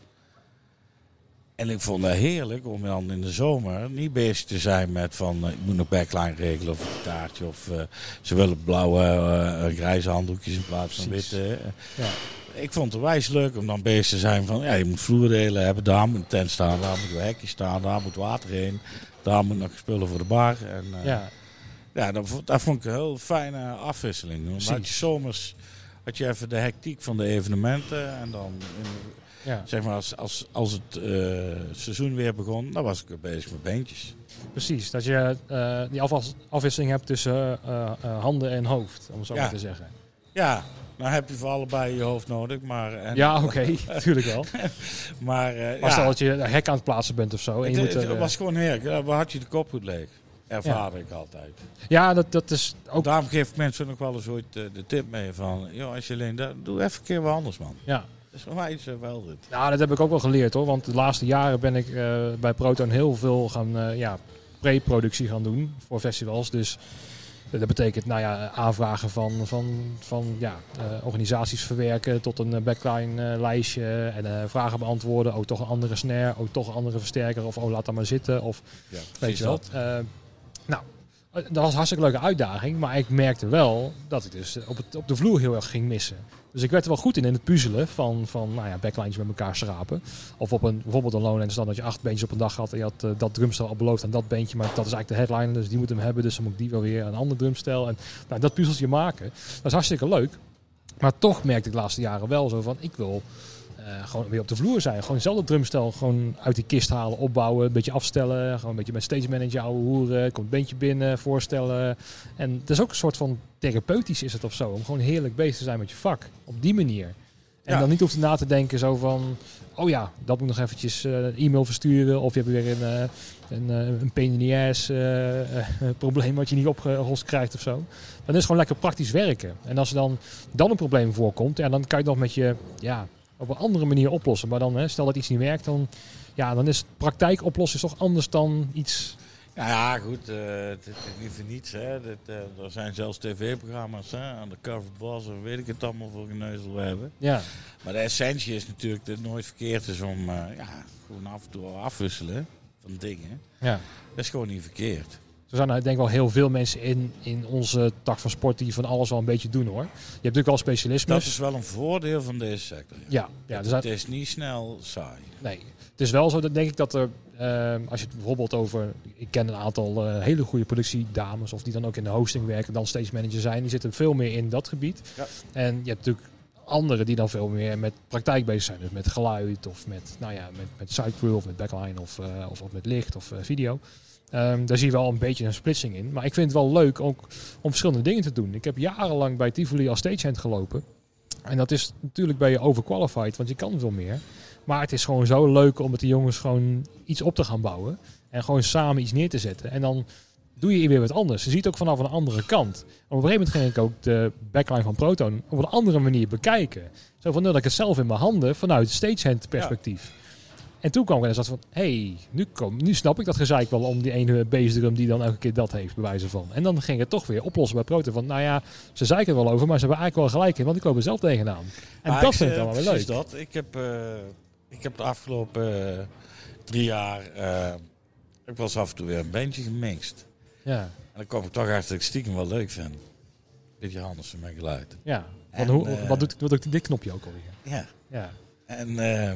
En ik vond het heerlijk om dan in de zomer niet bezig te zijn met van uh, ik moet nog backline regelen of een gitaartje of uh, ze willen blauwe uh, grijze handdoekjes in plaats van Precies. witte. Ja. Ik vond het wijs leuk om dan bezig te zijn van ja, je moet vloerdelen hebben, daar moet een tent staan, daar moet een hekje staan, daar moet water heen, daar moet nog spullen voor de bar. En, uh, Ja. ja, dat, vond- dat vond ik een heel fijne afwisseling. Want had je zomers had je even de hectiek van de evenementen en dan in, Ja. zeg maar als, als, als het uh, seizoen weer begon, dan was ik weer bezig met beentjes. Precies, dat je uh, die afwas- afwisseling hebt tussen uh, uh, handen en hoofd, om het zo Ja. maar te zeggen. Ja, nou heb je voor allebei je hoofd nodig, maar... En, Ja, oké, okay, natuurlijk wel. maar uh, Als ja, stel dat je een hek aan het plaatsen bent of zo. En het, je moet het er, uh, was gewoon heerlijk. Ja, waar had je de kop goed leeg? Ervaar ik altijd. ja, dat, dat is ook... Daarom geef ik mensen nog wel eens ooit de, de tip mee van... Joh, als je alleen dat, doe even een keer wat anders, man. Ja. Dat is voor mij iets uh, wel dit. Nou, dat heb ik ook wel geleerd hoor. Want de laatste jaren ben ik uh, bij Proton heel veel gaan, uh, ja, pre-productie gaan doen voor festivals. Dus dat betekent nou ja, aanvragen van, van, van ja, uh, organisaties verwerken tot een backline uh, lijstje. En uh, vragen beantwoorden. Oh, toch een andere snare. Oh, toch een andere versterker. Of oh, laat dat maar zitten. Of Ja, weet je wel. Uh, nou, dat was een hartstikke leuke uitdaging. Maar ik merkte wel dat ik dus op, het, op de vloer heel erg ging missen. Dus ik werd er wel goed in in het puzzelen van, van nou ja, backlines met elkaar schrapen. Of op een, bijvoorbeeld een Lowlands dan dat je acht beentjes op een dag had en je had uh, dat drumstel al beloofd aan dat beentje. Maar dat is eigenlijk de headliner, dus die moet hem hebben. Dus dan moet ik die wel weer een ander drumstel. En nou, dat puzzeltje maken, dat is hartstikke leuk. Maar toch merkte ik de laatste jaren wel zo van, ik wil uh, gewoon weer op de vloer zijn. Gewoon hetzelfde drumstel gewoon uit die kist halen, opbouwen, een beetje afstellen. Gewoon een beetje met stage manager ouwe hoeren. Komt een beentje binnen, voorstellen. En dat is ook een soort van therapeutisch is het of zo. Om gewoon heerlijk bezig te zijn met je vak. Op die manier. En Ja. dan niet hoeft na te denken zo van... Oh ja, dat moet nog eventjes uh, een e-mail versturen. Of je hebt weer een, uh, een, uh, een pain in the ass uh, uh, probleem wat je niet opgelost krijgt of zo. Dan is het gewoon lekker praktisch werken. En als er dan, dan een probleem voorkomt... Ja, dan kan je het nog met je... Ja, op een andere manier oplossen. Maar dan, hè, stel dat iets niet werkt... Dan, ja, dan is praktijk oplossen is toch anders dan iets... Ja, ja goed, uh, het is niet voor niets. Hè. Dit, uh, er zijn zelfs tv-programma's, hè, Undercover Boss of weet ik het allemaal voor geneuzel we hebben. Ja. Maar de essentie is natuurlijk dat het nooit verkeerd is om uh, ja, gewoon af en toe afwisselen van dingen. Ja. Dat is gewoon niet verkeerd. Er zijn denk ik wel heel veel mensen in, in onze tak van sport die van alles wel een beetje doen hoor. Je hebt natuurlijk wel specialismes. Dat is wel een voordeel van deze sector. Ja, ja, ja het, er zijn... het is niet snel saai. Nee, het is wel zo dat denk ik dat er, uh, als je het bijvoorbeeld over, ik ken een aantal uh, hele goede productiedames of die dan ook in de hosting werken, dan stage manager zijn, die zitten veel meer in dat gebied. Ja. En je hebt natuurlijk anderen die dan veel meer met praktijk bezig zijn, dus met geluid of met, nou ja, met, met sidecrew of met backline of, uh, of, of met licht of uh, video. Um, daar zie je wel een beetje een splitsing in. Maar ik vind het wel leuk ook om verschillende dingen te doen. Ik heb jarenlang bij Tivoli als stagehand gelopen. En dat is natuurlijk ben je overqualified, want je kan veel meer. Maar het is gewoon zo leuk om met de jongens gewoon iets op te gaan bouwen. En gewoon samen iets neer te zetten. En dan doe je weer wat anders. Je ziet het ook vanaf een andere kant. En op een gegeven moment ging ik ook de backline van Proton op een andere manier bekijken. Zo van, nou, dat ik het zelf in mijn handen vanuit stagehand perspectief. Ja. En toen kwam ik en zat van, hé, hey, nu, nu snap ik dat gezeik wel om die ene bassdrum die dan elke keer dat heeft, bij wijze van. En dan ging het toch weer oplossen bij Proton van, nou ja, ze zeiken er wel over, maar ze hebben eigenlijk wel gelijk in, want ik loop er zelf tegenaan. En maar dat ik, vind ik dan wel weer leuk. Dat. Ik heb, uh, ik heb de afgelopen uh, drie jaar, uh, ik was af en toe weer een bandje gemixt. Ja. En dan kwam ik toch achter dat ik stiekem wel leuk vind. Beetje anders in mijn geluid. Ja, en, hoe, uh, wat, doet, wat doet dit knopje ook alweer? Ja. Ja. En... Uh,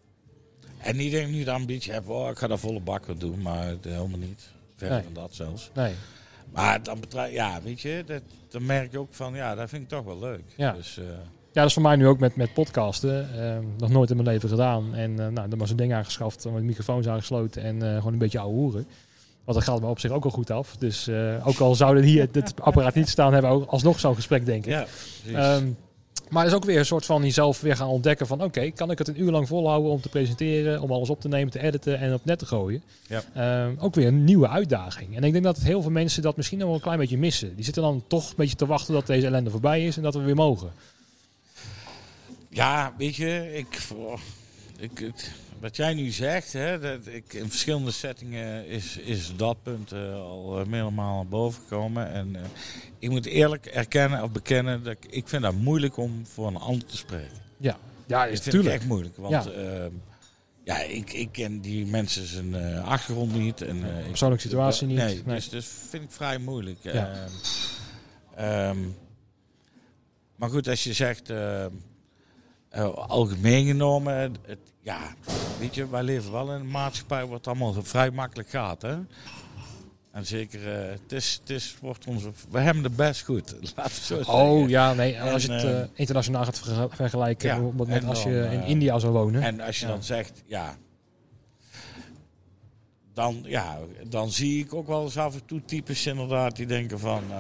En niet dat ik nu de ambitie heb, oh, ik ga daar volle bak wat doen, maar helemaal niet. Verder nee. van dat zelfs. Nee. Maar dan betreft, ja, weet je, dat, dan merk je ook van, ja, dat vind ik toch wel leuk. Ja, dus, uh... ja dat is voor mij nu ook met, met podcasten. Uh, nog nooit in mijn leven gedaan. En uh, nou, dan was een ding aangeschaft, met microfoons aangesloten en uh, gewoon een beetje ouwe hoeren. Want dat gaat me op zich ook al goed af. Dus uh, ook al zouden hier dit apparaat niet staan, hebben we ook alsnog zo'n gesprek, denk ik. Ja, precies. Um, Maar het is ook weer een soort van jezelf weer gaan ontdekken van... oké, okay, kan ik het een uur lang volhouden om te presenteren... om alles op te nemen, te editen en op net te gooien. Ja. Um, ook weer een nieuwe uitdaging. En ik denk dat het heel veel mensen dat misschien nog wel een klein beetje missen. Die zitten dan toch een beetje te wachten dat deze ellende voorbij is... en dat we weer mogen. Ja, weet je, ik... ik, ik, wat jij nu zegt, hè, dat ik, in verschillende settingen is, is dat punt uh, al uh, helemaal naar boven gekomen. En uh, ik moet eerlijk erkennen of bekennen, dat ik, ik vind dat moeilijk om voor een ander te spreken. Ja, ja, dat vind tuurlijk. ik echt moeilijk. Want ja, uh, ja ik, ik ken die mensen zijn uh, achtergrond niet. En, uh, persoonlijke situatie niet. Nee, nee. Dus dat vind ik vrij moeilijk. Ja. Uh, um, maar goed, als je zegt... Uh, Uh, algemeen genomen, het, het, ja, weet je, wij leven wel in een maatschappij waar het allemaal vrij makkelijk gaat, hè. En zeker, uh, het is, het is, wordt onze, we hebben het best goed, laten we zo zeggen. Oh ja, nee, en, als je het uh, internationaal gaat ver- vergelijken, ja, met dan, als je uh, in uh, India zou wonen. En als je ja. dan zegt, ja, dan, ja, dan zie ik ook wel eens af en toe types inderdaad die denken van, uh,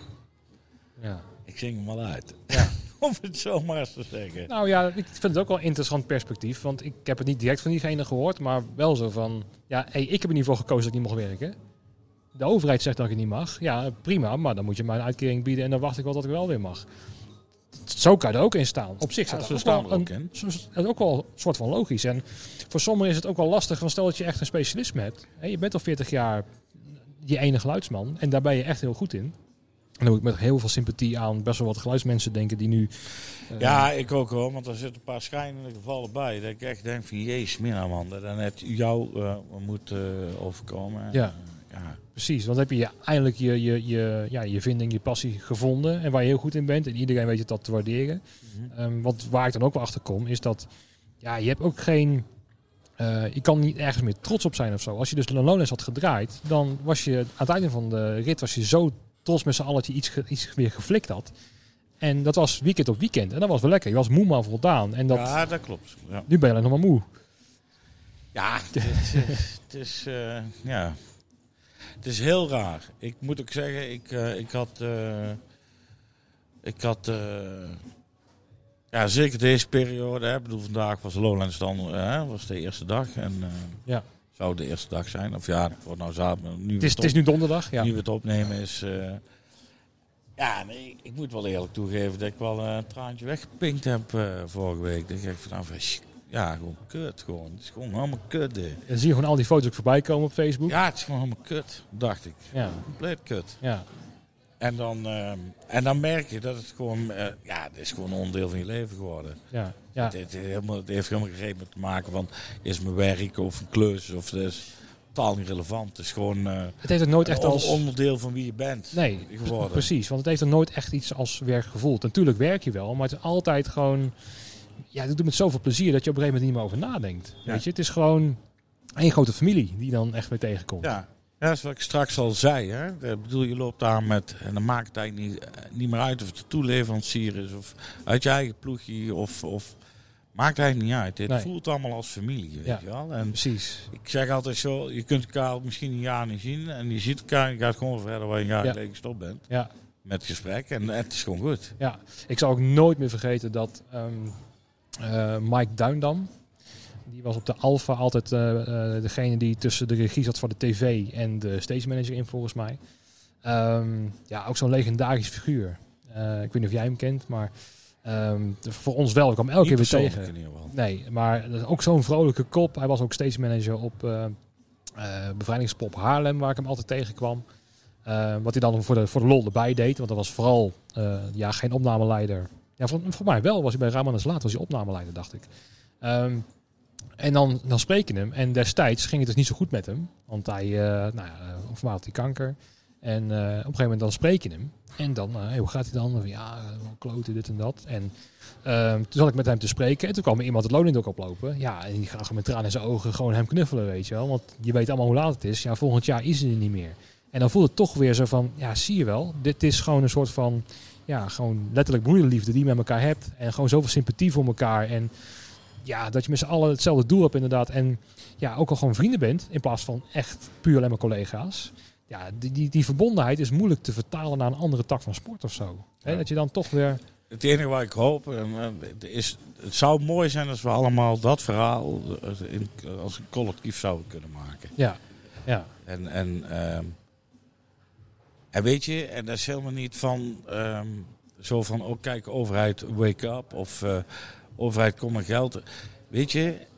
ja. ik zing hem wel uit. Ja. Om het zo maar eens te zeggen. Nou ja, ik vind het ook wel een interessant perspectief. Want ik heb het niet direct van diegene gehoord. Maar wel zo van... Ja, hey, ik heb er niet voor gekozen dat ik niet mocht werken. De overheid zegt dat ik niet mag. Ja, prima. Maar dan moet je mij een uitkering bieden. En dan wacht ik wel dat ik wel weer mag. Zo kan je er ook in staan. Op zich ja, is dat het ook, ook, wel ook, een, een, ook wel een soort van logisch. En voor sommigen is het ook wel lastig. Van stel dat je echt een specialisme hebt. Hey, je bent al veertig jaar je ene geluidsman. En daar ben je echt heel goed in. En dan moet ik met heel veel sympathie aan best wel wat geluidsmensen denken die nu... Uh, ja, ik ook hoor, want er zitten een paar schijnende gevallen bij. Dat ik echt denk van, jezus, mina man, dat dan net jou uh, moet uh, overkomen. Ja. Uh, ja, precies. Want dan heb je eindelijk je, je, je, ja, je vinding, je passie gevonden en waar je heel goed in bent. En iedereen weet het dat te waarderen. Mm-hmm. Um, want waar ik dan ook wel achter kom, is dat ja, je hebt ook geen... Uh, je kan niet ergens meer trots op zijn of zo. Als je dus een loonles had gedraaid, dan was je aan het einde van de rit was je zo... trots met z'n allen dat je iets, ge, iets weer geflikt had. En dat was weekend op weekend. En dat was wel lekker. Je was moe maar voldaan. En dat, ja, dat klopt. Ja. Nu ben je alleen nog maar moe. Ja, het is, het is, uh, ja. Het is heel raar. Ik moet ook zeggen, ik, uh, ik had... Uh, ik had... Uh, ja, zeker deze periode. Hè. Ik bedoel, vandaag was Lowlands dan... Uh, was de eerste dag. En, uh, ja. Zou de eerste dag zijn. Of ja, het wordt nou zaterdag. Nu het, is, het is nu donderdag. Ja. Nu we het opnemen is... Uh, ja, nee, ik moet wel eerlijk toegeven dat ik wel uh, een traantje weggepinkt heb uh, vorige week. Dat ik echt van, ja, gewoon kut gewoon. Het is gewoon helemaal kut. Dit. En zie je gewoon al die foto's ook voorbij komen op Facebook? Ja, het is gewoon helemaal kut, dacht ik. Ja. Compleet kut. Ja. En dan, uh, en dan merk je dat het gewoon, uh, ja, het is gewoon een onderdeel van je leven geworden. Ja. Ja. Het, het, helemaal, het heeft helemaal geen reden te maken van, is mijn werk of een klus of dat is totaal niet relevant. Het is gewoon uh, het heeft er nooit echt een als onderdeel van wie je bent nee, geworden. Precies, want het heeft er nooit echt iets als werk gevoeld. Natuurlijk werk je wel, maar het is altijd gewoon... Ja, het doet met zoveel plezier dat je op een gegeven moment niet meer over nadenkt. Ja. Weet je, het is gewoon één grote familie die dan echt weer tegenkomt. Ja. Ja, zoals ik straks al zei, hè. Ik bedoel, je loopt daar met, en dan maakt het eigenlijk niet, niet meer uit of het de toeleverancier is of uit je eigen ploegje of, of maakt eigenlijk niet uit. Het nee. voelt allemaal als familie, weet ja, je wel. En precies. Ik zeg altijd zo, je kunt elkaar misschien een jaar niet zien en je ziet elkaar en je gaat gewoon verder waar je een jaar ja. geleden gestopt bent. Ja. Met gesprek en het is gewoon goed. Ja, ik zal ook nooit meer vergeten dat um, uh, Mike Duindam, die was op de Alpha altijd uh, uh, degene die tussen de regie zat voor de tv en de stage manager in, volgens mij. Um, ja, ook zo'n legendarische figuur. Uh, ik weet niet of jij hem kent, maar um, voor ons wel. Ik kwam elke keer weer tegen. Nee, maar ook zo'n vrolijke kop. Hij was ook stage manager op uh, uh, Bevrijdingspop Haarlem, waar ik hem altijd tegenkwam. Uh, wat hij dan voor de, voor de lol erbij deed. Want dat was vooral uh, ja, geen opnameleider. Ja, voor, voor mij wel. Was hij bij Ramones Laat, was hij opnameleider, dacht ik. Um, En dan, dan spreken hem. En destijds ging het dus niet zo goed met hem. Want hij, uh, nou ja, of maar had hij kanker. En uh, op een gegeven moment dan spreek je hem. En dan, uh, hey, hoe gaat hij dan? Ja, kloten, dit en dat. En uh, toen zat ik met hem te spreken. En toen kwam er iemand het loonindok oplopen. Ja, en die gaat met tranen in zijn ogen gewoon hem knuffelen, weet je wel. Want je weet allemaal hoe laat het is. Ja, volgend jaar is hij er niet meer. En dan voelt het toch weer zo van, ja, zie je wel. Dit is gewoon een soort van, ja, gewoon letterlijk broederliefde die je met elkaar hebt. En gewoon zoveel sympathie voor elkaar. En ja, dat je met z'n allen hetzelfde doel hebt inderdaad. En ja, ook al gewoon vrienden bent. In plaats van echt puur alleen maar collega's. Ja, die, die, die verbondenheid is moeilijk te vertalen naar een andere tak van sport of zo. Ja. He, dat je dan toch weer... Het enige waar ik hoop is... Het zou mooi zijn als we allemaal dat verhaal in, als een collectief zouden kunnen maken. Ja, ja. En, en, um, en weet je, en dat is helemaal niet van... Um, zo van, oh kijk, overheid, wake up. Of... Uh, overheid, kom maar geld. Weet je,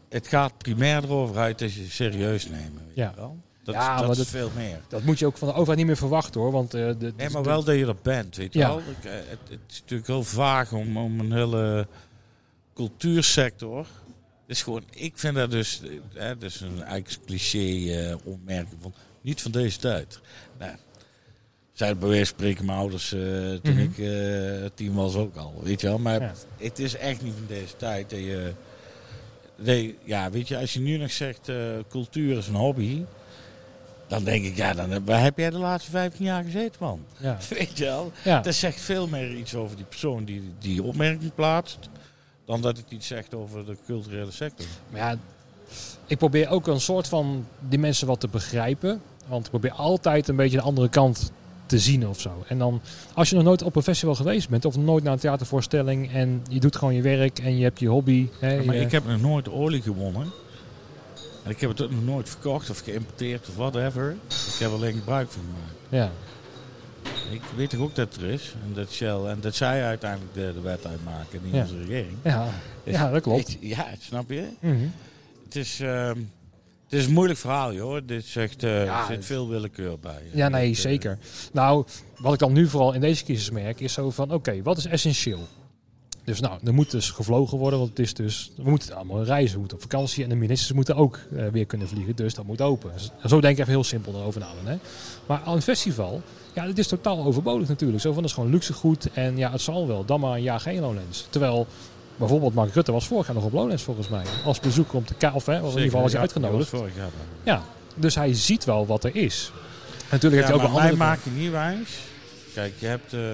het gaat primair erover uit dat je het serieus neemt. Weet Ja. je wel? Dat, Ja, is, dat maar is dat- veel meer. Dat moet je ook van de overheid niet meer verwachten hoor. Want, uh, de, Nee, maar de- wel dat je er bent, weet je Ja. wel. Ik, eh, het, het is natuurlijk heel vaag om, om een hele cultuursector. Het is gewoon, ik vind dat dus, eh, dat is een eigenlijk cliché eh, opmerking van, niet van deze tijd. Nou, zij bij wijze van spreken mijn ouders eh, toen Mhm. ik eh, tien was ook al, weet je wel. Maar Ja. het is echt niet van deze tijd dat je, dat je- ja, weet je, als je nu nog zegt, eh, cultuur is een hobby. Dan denk ik, ja, dan, waar heb jij de laatste vijftien jaar gezeten, man? ja. Weet je wel? Ja. Dat zegt veel meer iets over die persoon die die opmerking plaatst, dan dat het iets zegt over de culturele sector. Maar ja, ik probeer ook een soort van die mensen wat te begrijpen. Want ik probeer altijd een beetje de andere kant te zien of zo. En dan, als je nog nooit op een festival geweest bent, of nooit naar een theatervoorstelling en je doet gewoon je werk en je hebt je hobby. Hè, Ja, maar je- ik heb nog nooit olie gewonnen. En ik heb het ook nog nooit verkocht of geïmporteerd of whatever. Ik heb er alleen gebruik van gemaakt. ja. Ik weet toch ook dat het er is. En dat Shell en dat zij uiteindelijk de, de wet uitmaken, niet Ja. onze regering. Ja. ja, dat klopt. Ik- ja, snap je? Mhm. Het is, ehm, het is een moeilijk verhaal, joh. Dit zegt, eh, Ja, er zit het- veel willekeur bij. Ja, nee, Dat, eh, zeker. Nou, wat ik dan nu vooral in deze crisis merk, is zo van, oké, wat is essentieel? Dus nou, er moet dus gevlogen worden, want het is dus, we moeten allemaal reizen, we moeten op vakantie en de ministers moeten ook eh, weer kunnen vliegen, dus dat moet open. Dus, zo denk ik even heel simpel erover na. Hè? Maar aan een festival, ja, het is totaal overbodig natuurlijk. Zo van, dat is gewoon luxegoed en ja, het zal wel, dan maar een jaar geen Lowlands. Terwijl, bijvoorbeeld Mark Rutte was vorig jaar nog op Lowlands volgens mij, als bezoeker om te kijken, of, hè, of in ieder geval was hij ja, uitgenodigd. dat was vorig jaar dan. Ja, dus hij ziet wel wat er is. Natuurlijk Ja, heeft hij ook maar wel mij andere... maak je niet wijs. Kijk, je hebt... eh,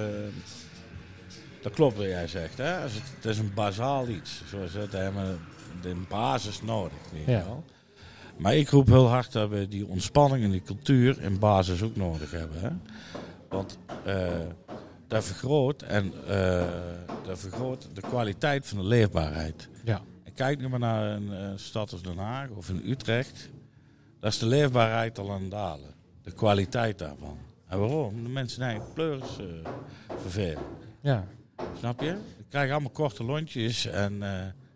dat klopt wat jij zegt, hè. Als het, het is een bazaal iets. Zoals het hebben we een basis nodig, weet je Ja. wel. Maar ik roep heel hard dat we die ontspanning en die cultuur in basis ook nodig hebben, hè. Want eh, dat vergroot en eh, dat vergroot de kwaliteit van de leefbaarheid. Ja. En kijk nu maar naar een, eh, stad als Den Haag of in Utrecht. Daar is de leefbaarheid al aan het dalen. De kwaliteit daarvan. En waarom? De mensen zijn pleurs uh, vervelen. Ja. Snap je? Die krijgen allemaal korte lontjes. En, uh,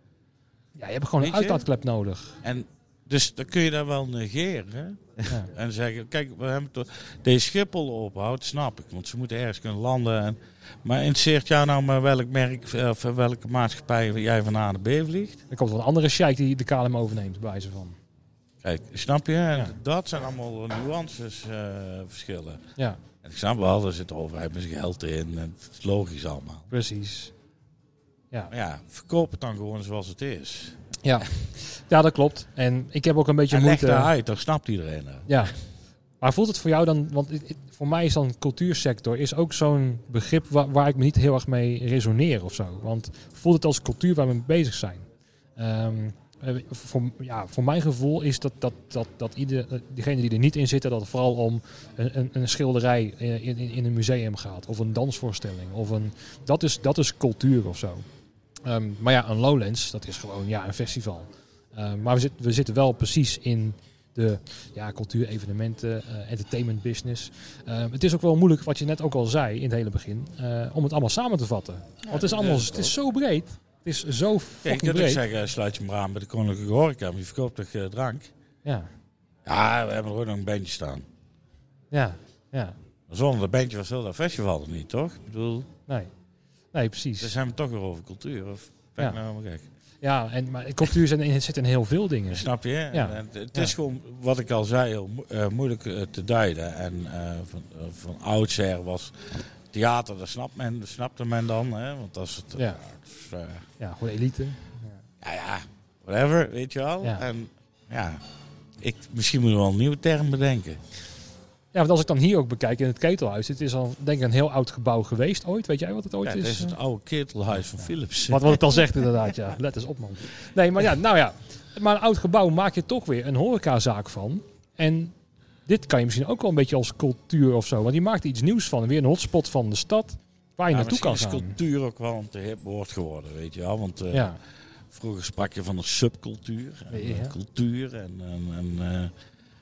Ja, je hebt gewoon Weet een je? uitlaatklep nodig. en dus dan kun je dat wel negeren. Hè? Ja. En zeggen, kijk, we hebben toch, deze Schiphol ophoudt, snap ik. Want ze moeten ergens kunnen landen. En, maar interesseert jou nou maar welk merk of welke maatschappij jij van A naar B vliegt? Er komt wel een andere sheik die de K L M overneemt, bij wijze van. Kijk, snap je? En Ja. dat zijn allemaal nuances, uh, verschillen. Ja, En ik snap wel, er zit de overheid met zijn geld in. En het is logisch allemaal. precies. Ja. Maar ja, verkoop het dan gewoon zoals het is. Ja. ja, dat klopt. En ik heb ook een beetje En leg moeite... daar uit, dan snapt iedereen dat. Ja. Maar voelt het voor jou dan... Want het- het- voor mij is dan cultuursector is ook zo'n begrip waar, waar ik me niet heel erg mee resoneer of zo. Want voelt het als cultuur waar we mee bezig zijn? Ehm, eh, voor, ja, voor mijn gevoel is dat, dat, dat, dat ieder, eh, diegene die er niet in zitten, dat het vooral om een, een, een schilderij in, in, in een museum gaat. Of een dansvoorstelling. Of een, dat, is, dat is cultuur of zo. Ehm, maar ja, een Lowlands, dat is gewoon ja, een festival. Ehm, maar we, zit, we zitten wel precies in de ja, cultuur, evenementen, uh, entertainment business. Ehm, het is ook wel moeilijk, wat je net ook al zei in het hele begin, uh, om het allemaal samen te vatten. Want het is, allemaal, dat is het is zo breed. Het is zo Ja, je fucking kunt ook breed. zeggen, sluit je maar aan bij de Koninklijke Horeca, maar je verkoopt toch uh, drank? Ja, Ja, we hebben er ook nog een bandje staan. ja, ja. Zonder dat bandje was heel dat festival er niet, toch? Ik bedoel, Nee, nee precies. dan zijn we toch weer over cultuur. Of ben ik Ja. nou helemaal gek? Ja, en, maar cultuur zit in, zit in heel veel dingen. Snap je? Ja. En het Ja. is gewoon, wat ik al zei, heel mo- uh, moeilijk uh, te duiden. En uh, van, uh, van oudsher was theater, dat snapt men, dat snapte men dan. Hè? Want als het... Ja. Uh, dus, uh, Ja, gewoon elite. ja, ja, whatever, weet je wel. Ja. En ja, ik, misschien moeten we wel een nieuwe term bedenken. Ja, want als ik dan hier ook bekijk in het Ketelhuis, het is al denk ik een heel oud gebouw geweest ooit. Weet jij wat het ooit Ja, het is? is het oude ketelhuis van Philips. Wat, wat het al zegt inderdaad, ja. Let eens op, man. Nee, maar ja, nou ja. Maar een oud gebouw maak je toch weer een horecazaak van. En dit kan je misschien ook wel een beetje als cultuur of zo. Want die maakt er iets nieuws van. Weer een hotspot van de stad waar je Ja, naartoe kan misschien gaan. is cultuur ook wel een te hip woord geworden, weet je wel. Want uh, Ja, vroeger sprak je van een subcultuur. En, Ja. uh, cultuur en... en, en uh,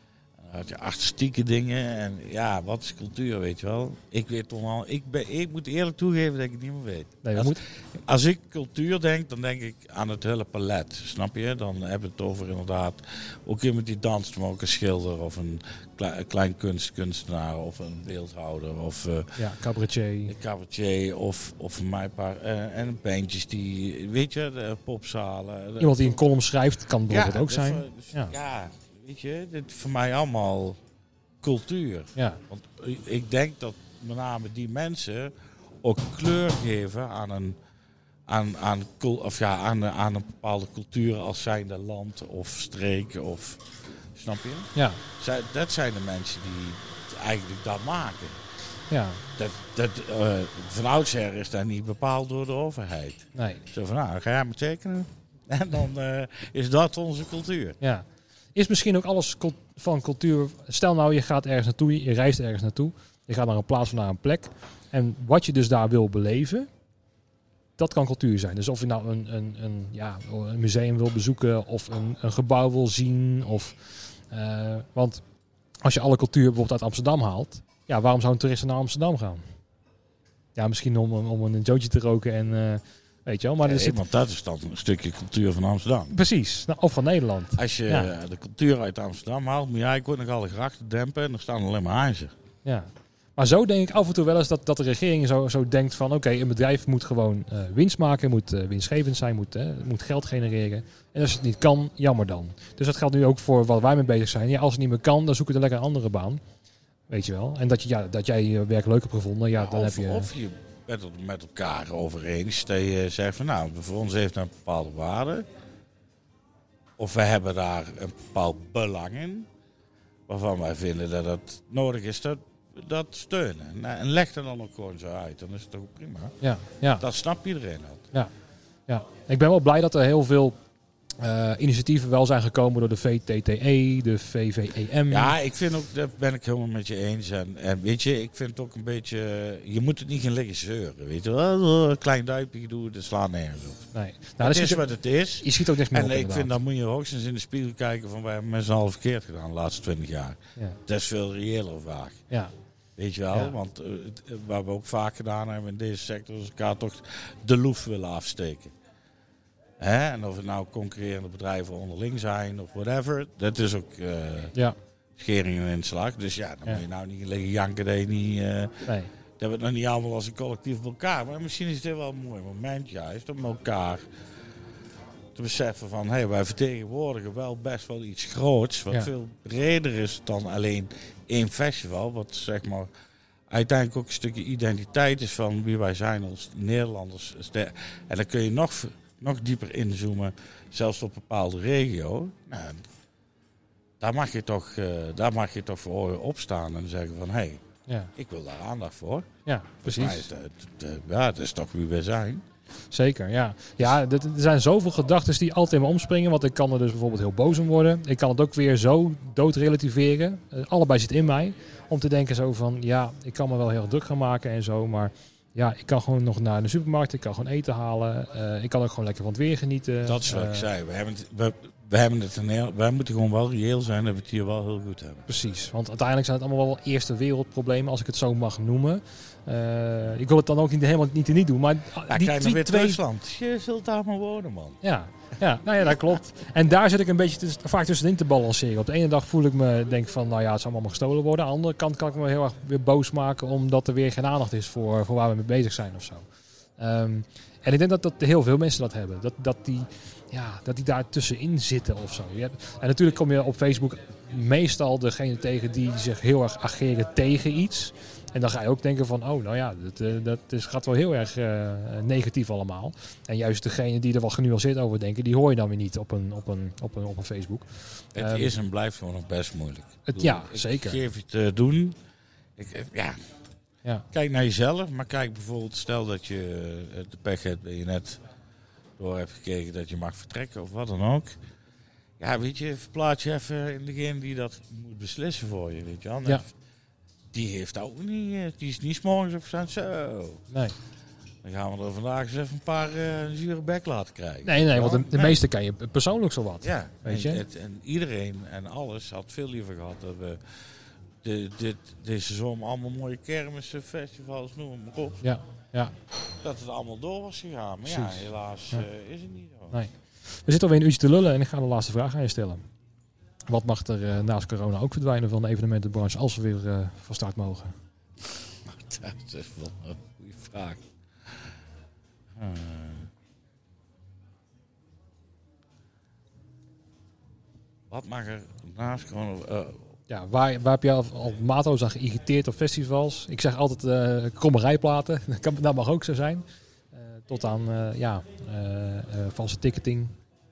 Dan had je artistieke dingen. En ja, wat is cultuur, weet je wel? Ik weet toch wel... Ik, ben, ik moet eerlijk toegeven dat ik het niet meer weet. Nee, als, moet... als ik cultuur denk, dan denk ik aan het hele palet. Snap je? Dan hebben we het over inderdaad... Ook iemand die danst, maar ook een schilder of een klein, een klein kunst, kunstenaar of een beeldhouder of... Uh, ja, cabaretier. Een cabaretier of, of voor mij een paar... Uh, en bandjes die... Weet je, de popzalen. De, Iemand die een column schrijft, kan bijvoorbeeld ja, ook zijn. De, dus, ja. ja, weet je, dit is voor mij allemaal cultuur. Ja. Want ik denk dat met name die mensen ook kleur geven aan een, aan, aan, of ja, aan, aan een bepaalde cultuur als zijnde land of streek of... Snap je? Ja. Zij, dat zijn de mensen die eigenlijk dat maken. Ja. Dat, dat, uh, van oudsher is dat niet bepaald door de overheid. Nee. Zo van, nou, ga jij maar tekenen. En dan uh, is dat onze cultuur. Ja. Is misschien ook alles van cultuur... Stel nou, je gaat ergens naartoe, je reist ergens naartoe. Je gaat naar een plaats of naar een plek. En wat je dus daar wil beleven, dat kan cultuur zijn. Dus of je nou een, een, een, ja, een museum wil bezoeken of een, een gebouw wil zien. Of, uh, want als je alle cultuur bijvoorbeeld uit Amsterdam haalt... Ja, waarom zou een toerist naar Amsterdam gaan? Ja, misschien om, om een jointje te roken en... Uh, weet je wel, maar nee, er zit... want dat is dan een stukje cultuur van Amsterdam. Precies, nou, of van Nederland. Als je ja. de cultuur uit Amsterdam haalt, moet jij ook nog alle grachten dempen en er staan alleen maar huizen. Ja, maar zo denk ik af en toe wel eens dat, dat de regering zo, zo denkt van... Oké, okay, een bedrijf moet gewoon uh, winst maken, moet uh, winstgevend zijn, moet, uh, moet geld genereren. En als het niet kan, jammer dan. Dus dat geldt nu ook voor wat wij mee bezig zijn. Ja, als het niet meer kan, dan zoek je een lekker andere baan. Weet je wel. En dat, je, ja, dat jij je werk leuk hebt gevonden, ja, dan of, heb je... Of je bent het met elkaar over eens dat je zegt van nou, voor ons heeft dat een bepaalde waarde. Of we hebben daar een bepaald belang in. Waarvan wij vinden dat het nodig is dat dat steunen. En leg er dan ook gewoon zo uit. Dan is het toch prima. Ja, ja. Dat snapt iedereen ook. Ja, ja. Ik ben wel blij dat er heel veel uh, initiatieven wel zijn gekomen door de V T T E, de V V E M. Ja, ik vind ook, dat ben ik helemaal met je eens. En, en weet je, ik vind het ook een beetje... Je moet het niet gaan liggen zeuren, weet je wel. Een klein duimpje doen, dat slaat nergens op. Nee. Nou, het is wat het is. Je ziet ook niks meer en op, ik inderdaad. vind, dan moet je hoogstens in de spiegel kijken van... wij hebben met z'n allen verkeerd gedaan de laatste twintig jaar. Ja. Dat is veel reëler vraag. Ja. Weet je wel, Ja. want uh, wat we ook vaak gedaan hebben in deze sector... is elkaar toch de loef willen afsteken. Hè? En of het nou concurrerende bedrijven onderling zijn of whatever... dat is ook uh, ja. schering en inslag. Dus ja, dan ja. moet je nou niet liggen janken dat je niet... Uh, nee. dat we het nog niet allemaal als een collectief bij elkaar... maar misschien is dit wel een mooi moment juist om elkaar... te beseffen van, hé, hey, wij vertegenwoordigen wel best wel iets groots... wat ja. veel breder is dan alleen één festival... wat zeg maar uiteindelijk ook een stukje identiteit is van wie wij zijn als Nederlanders. En dan kun je nog, nog dieper inzoomen, zelfs op een bepaalde regio. Nou, daar mag je toch, uh, daar mag je toch voor opstaan en zeggen van, hé, hey, ja. ik wil daar aandacht voor. Ja, precies. Is dat, de, ja, dat is toch wie we zijn. Zeker, ja. Ja, er zijn zoveel gedachten die altijd in me omspringen. Want ik kan er dus bijvoorbeeld heel boos om worden. Ik kan het ook weer zo doodrelativeren. Uh, allebei zit in mij. Om te denken zo van, ja, ik kan me wel heel druk gaan maken en zo. Maar ja, ik kan gewoon nog naar de supermarkt. Ik kan gewoon eten halen. Uh, ik kan ook gewoon lekker van het weer genieten. Dat is wat uh, ik zei. We hebben het, we, we hebben het een heel, wij moeten gewoon wel reëel zijn dat we het hier wel heel goed hebben. Precies. Want uiteindelijk zijn het allemaal wel eerste wereldproblemen, als ik het zo mag noemen. Uh, ik wil het dan ook niet helemaal niet te niet doen. Maar ja, die, kijk die naar twee... Wit-Rusland. Je zult daar maar wonen, man. Ja, ja, nou ja, dat klopt. En daar zit ik een beetje tuss- vaak tussenin te balanceren. Op de ene dag voel ik me, denk van, nou ja, het zal allemaal gestolen worden. Aan de andere kant kan ik me heel erg weer boos maken, omdat er weer geen aandacht is voor, voor waar we mee bezig zijn of zo. Um, en ik denk dat, dat heel veel mensen dat hebben. Dat, dat, die, ja, dat die daar tussenin zitten of zo. Je hebt, en natuurlijk kom je op Facebook meestal degene tegen die zich heel erg ageren tegen iets. En dan ga je ook denken van, oh, nou ja, dat, uh, dat is, gaat wel heel erg uh, negatief allemaal. En juist degene die er wat genuanceerd over denken, die hoor je dan weer niet op een, op een, op een, op een Facebook. Het um, is en blijft gewoon nog best moeilijk. Het, bedoel, ja, ik zeker. geef je te doen. Ik, ja. ja. Kijk naar jezelf, maar kijk bijvoorbeeld, stel dat je de pech hebt dat je net door hebt gekregen dat je mag vertrekken of wat dan ook. Ja, weet je, verplaats je even in degene die dat moet beslissen voor je, weet je wel. Ja. Die heeft ook niet, die is niet 's morgens opgestaan, zo. Nee. Dan gaan we er vandaag eens even een paar uh, zure bek laten krijgen. Nee, nee, ja? want de, de nee. meeste ken je persoonlijk zo wat. Ja, weet en, je? het, en iedereen en alles had veel liever gehad dat we de, dit, deze zomer allemaal mooie kermissen, festivals, noem maar op. Ja, ja. Dat het allemaal door was gegaan. Maar ja, helaas ja. Uh, is het niet zo. Nee. We zitten alweer een uurtje te lullen en ik ga de laatste vraag aan je stellen. Wat mag er uh, naast corona ook verdwijnen van de evenementenbranche als we weer uh, van start mogen? Dat is wel een goede vraag. Hmm. Wat mag er naast corona... Uh, ja, waar, waar heb je al, al mato's aan geïrriteerd op festivals? Ik zeg altijd uh, krommerijplaten. Dat mag ook zo zijn. Uh, tot aan uh, ja, uh, uh, valse ticketing.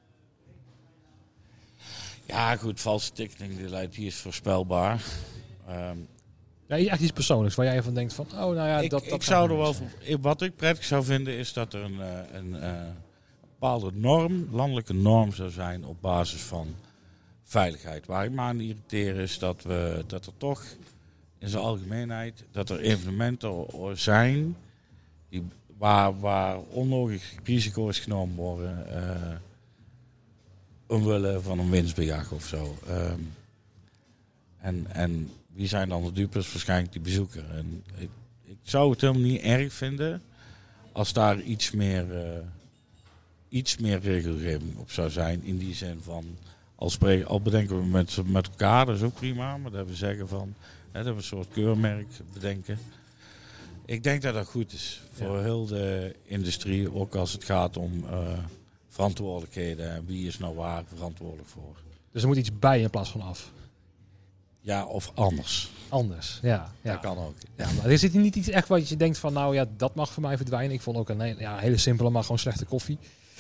Ja, goed, valse ticketing die, leidt, die is voorspelbaar. Um, ja, echt iets persoonlijks waar jij van denkt van, oh nou ja, ik, dat, dat ik zou er wel voor, wat ik prettig zou vinden is dat er een, een, een bepaalde norm, landelijke norm zou zijn op basis van veiligheid. Waar ik me aan irriteer is dat we dat er toch in zijn algemeenheid dat er evenementen zijn die, waar, waar onnodig risico's genomen worden. Uh, omwille van een winstbejag of zo. Um, en, en wie zijn dan de dupes? Waarschijnlijk die bezoeker. En ik, ik zou het helemaal niet erg vinden als daar iets meer, uh, iets meer regelgeving op zou zijn. In die zin van, al, spreken, al bedenken we met, met elkaar, dat is ook prima. Maar dat we zeggen van, hè, dat we een soort keurmerk bedenken. Ik denk dat dat goed is voor ja. heel de industrie. Ook als het gaat om... Uh, verantwoordelijkheden en wie is nou waar verantwoordelijk voor. Dus er moet iets bij in plaats van af. Ja, of anders. Anders, ja. ja. Dat kan ook. Ja, maar er zit hier niet iets echt wat je denkt van, nou ja, dat mag voor mij verdwijnen. Ik vond ook een ja, hele simpele, maar gewoon slechte koffie.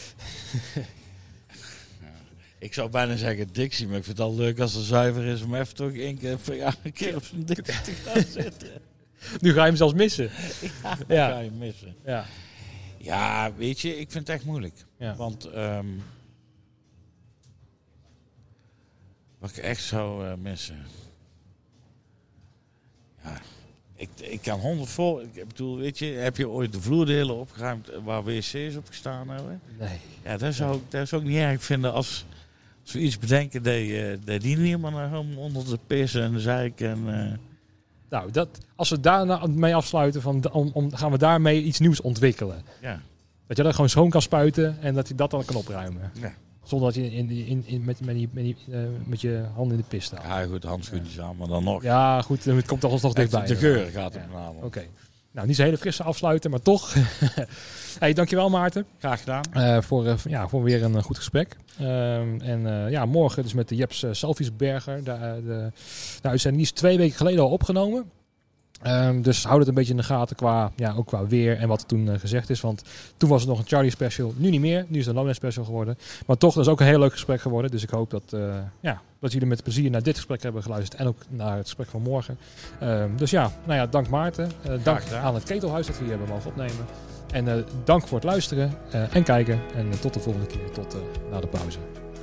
Ja, ik zou bijna zeggen Dixie, maar ik vind het al leuk als het zuiver is om even toch één keer per jaar een keer op zo'n Dixie te gaan zitten. Nu ga je hem zelfs missen. Ja, ja. ga je hem missen. Ja. Ja, weet je, ik vind het echt moeilijk. Ja. Want um, wat ik echt zou uh, missen. Ja, ik, ik kan honderd voor. Ik bedoel, weet je, heb je ooit de vloerdelen opgeruimd waar wc's op gestaan hebben? Nee. Ja, dat zou, dat zou ik niet erg vinden als, als we iets bedenken dat, uh, dat die niet helemaal naar hem onder de pissen en de zeiken en... Uh, Nou, dat, als we daar nou mee afsluiten, van, om, om, gaan we daarmee iets nieuws ontwikkelen. Ja. Dat je dat gewoon schoon kan spuiten en dat je dat dan kan opruimen. Ja. Zonder dat je in, in, in, met, met, die, met, die, uh, met je handen in de pis staat. Ja, goed, handschoentjes aan, maar dan nog. Ja, goed, het komt toch ons nog dichtbij. De geur gaat er ja. namelijk. Oké. Okay. Nou, niet zo'n hele frisse afsluiten, maar toch. Hey, dankjewel Maarten. Graag gedaan. Uh, voor, uh, ja, voor weer een uh, goed gesprek. Uh, en uh, ja, morgen dus met de Jeps uh, Selfiesberger. De, uh, de, de uitzending die is twee weken geleden al opgenomen. Um, dus houd het een beetje in de gaten qua, ja, ook qua weer en wat er toen uh, gezegd is. Want toen was het nog een Charlie special, nu niet meer. Nu is het een Lowland special geworden. Maar toch, dat is ook een heel leuk gesprek geworden. Dus ik hoop dat, uh, ja, dat jullie met plezier naar dit gesprek hebben geluisterd. En ook naar het gesprek van morgen. Um, dus ja, nou ja, dank Maarten. Uh, dank aan het Ketelhuis dat we hier hebben mogen opnemen. En uh, dank voor het luisteren uh, en kijken. En uh, tot de volgende keer. Tot uh, na de pauze.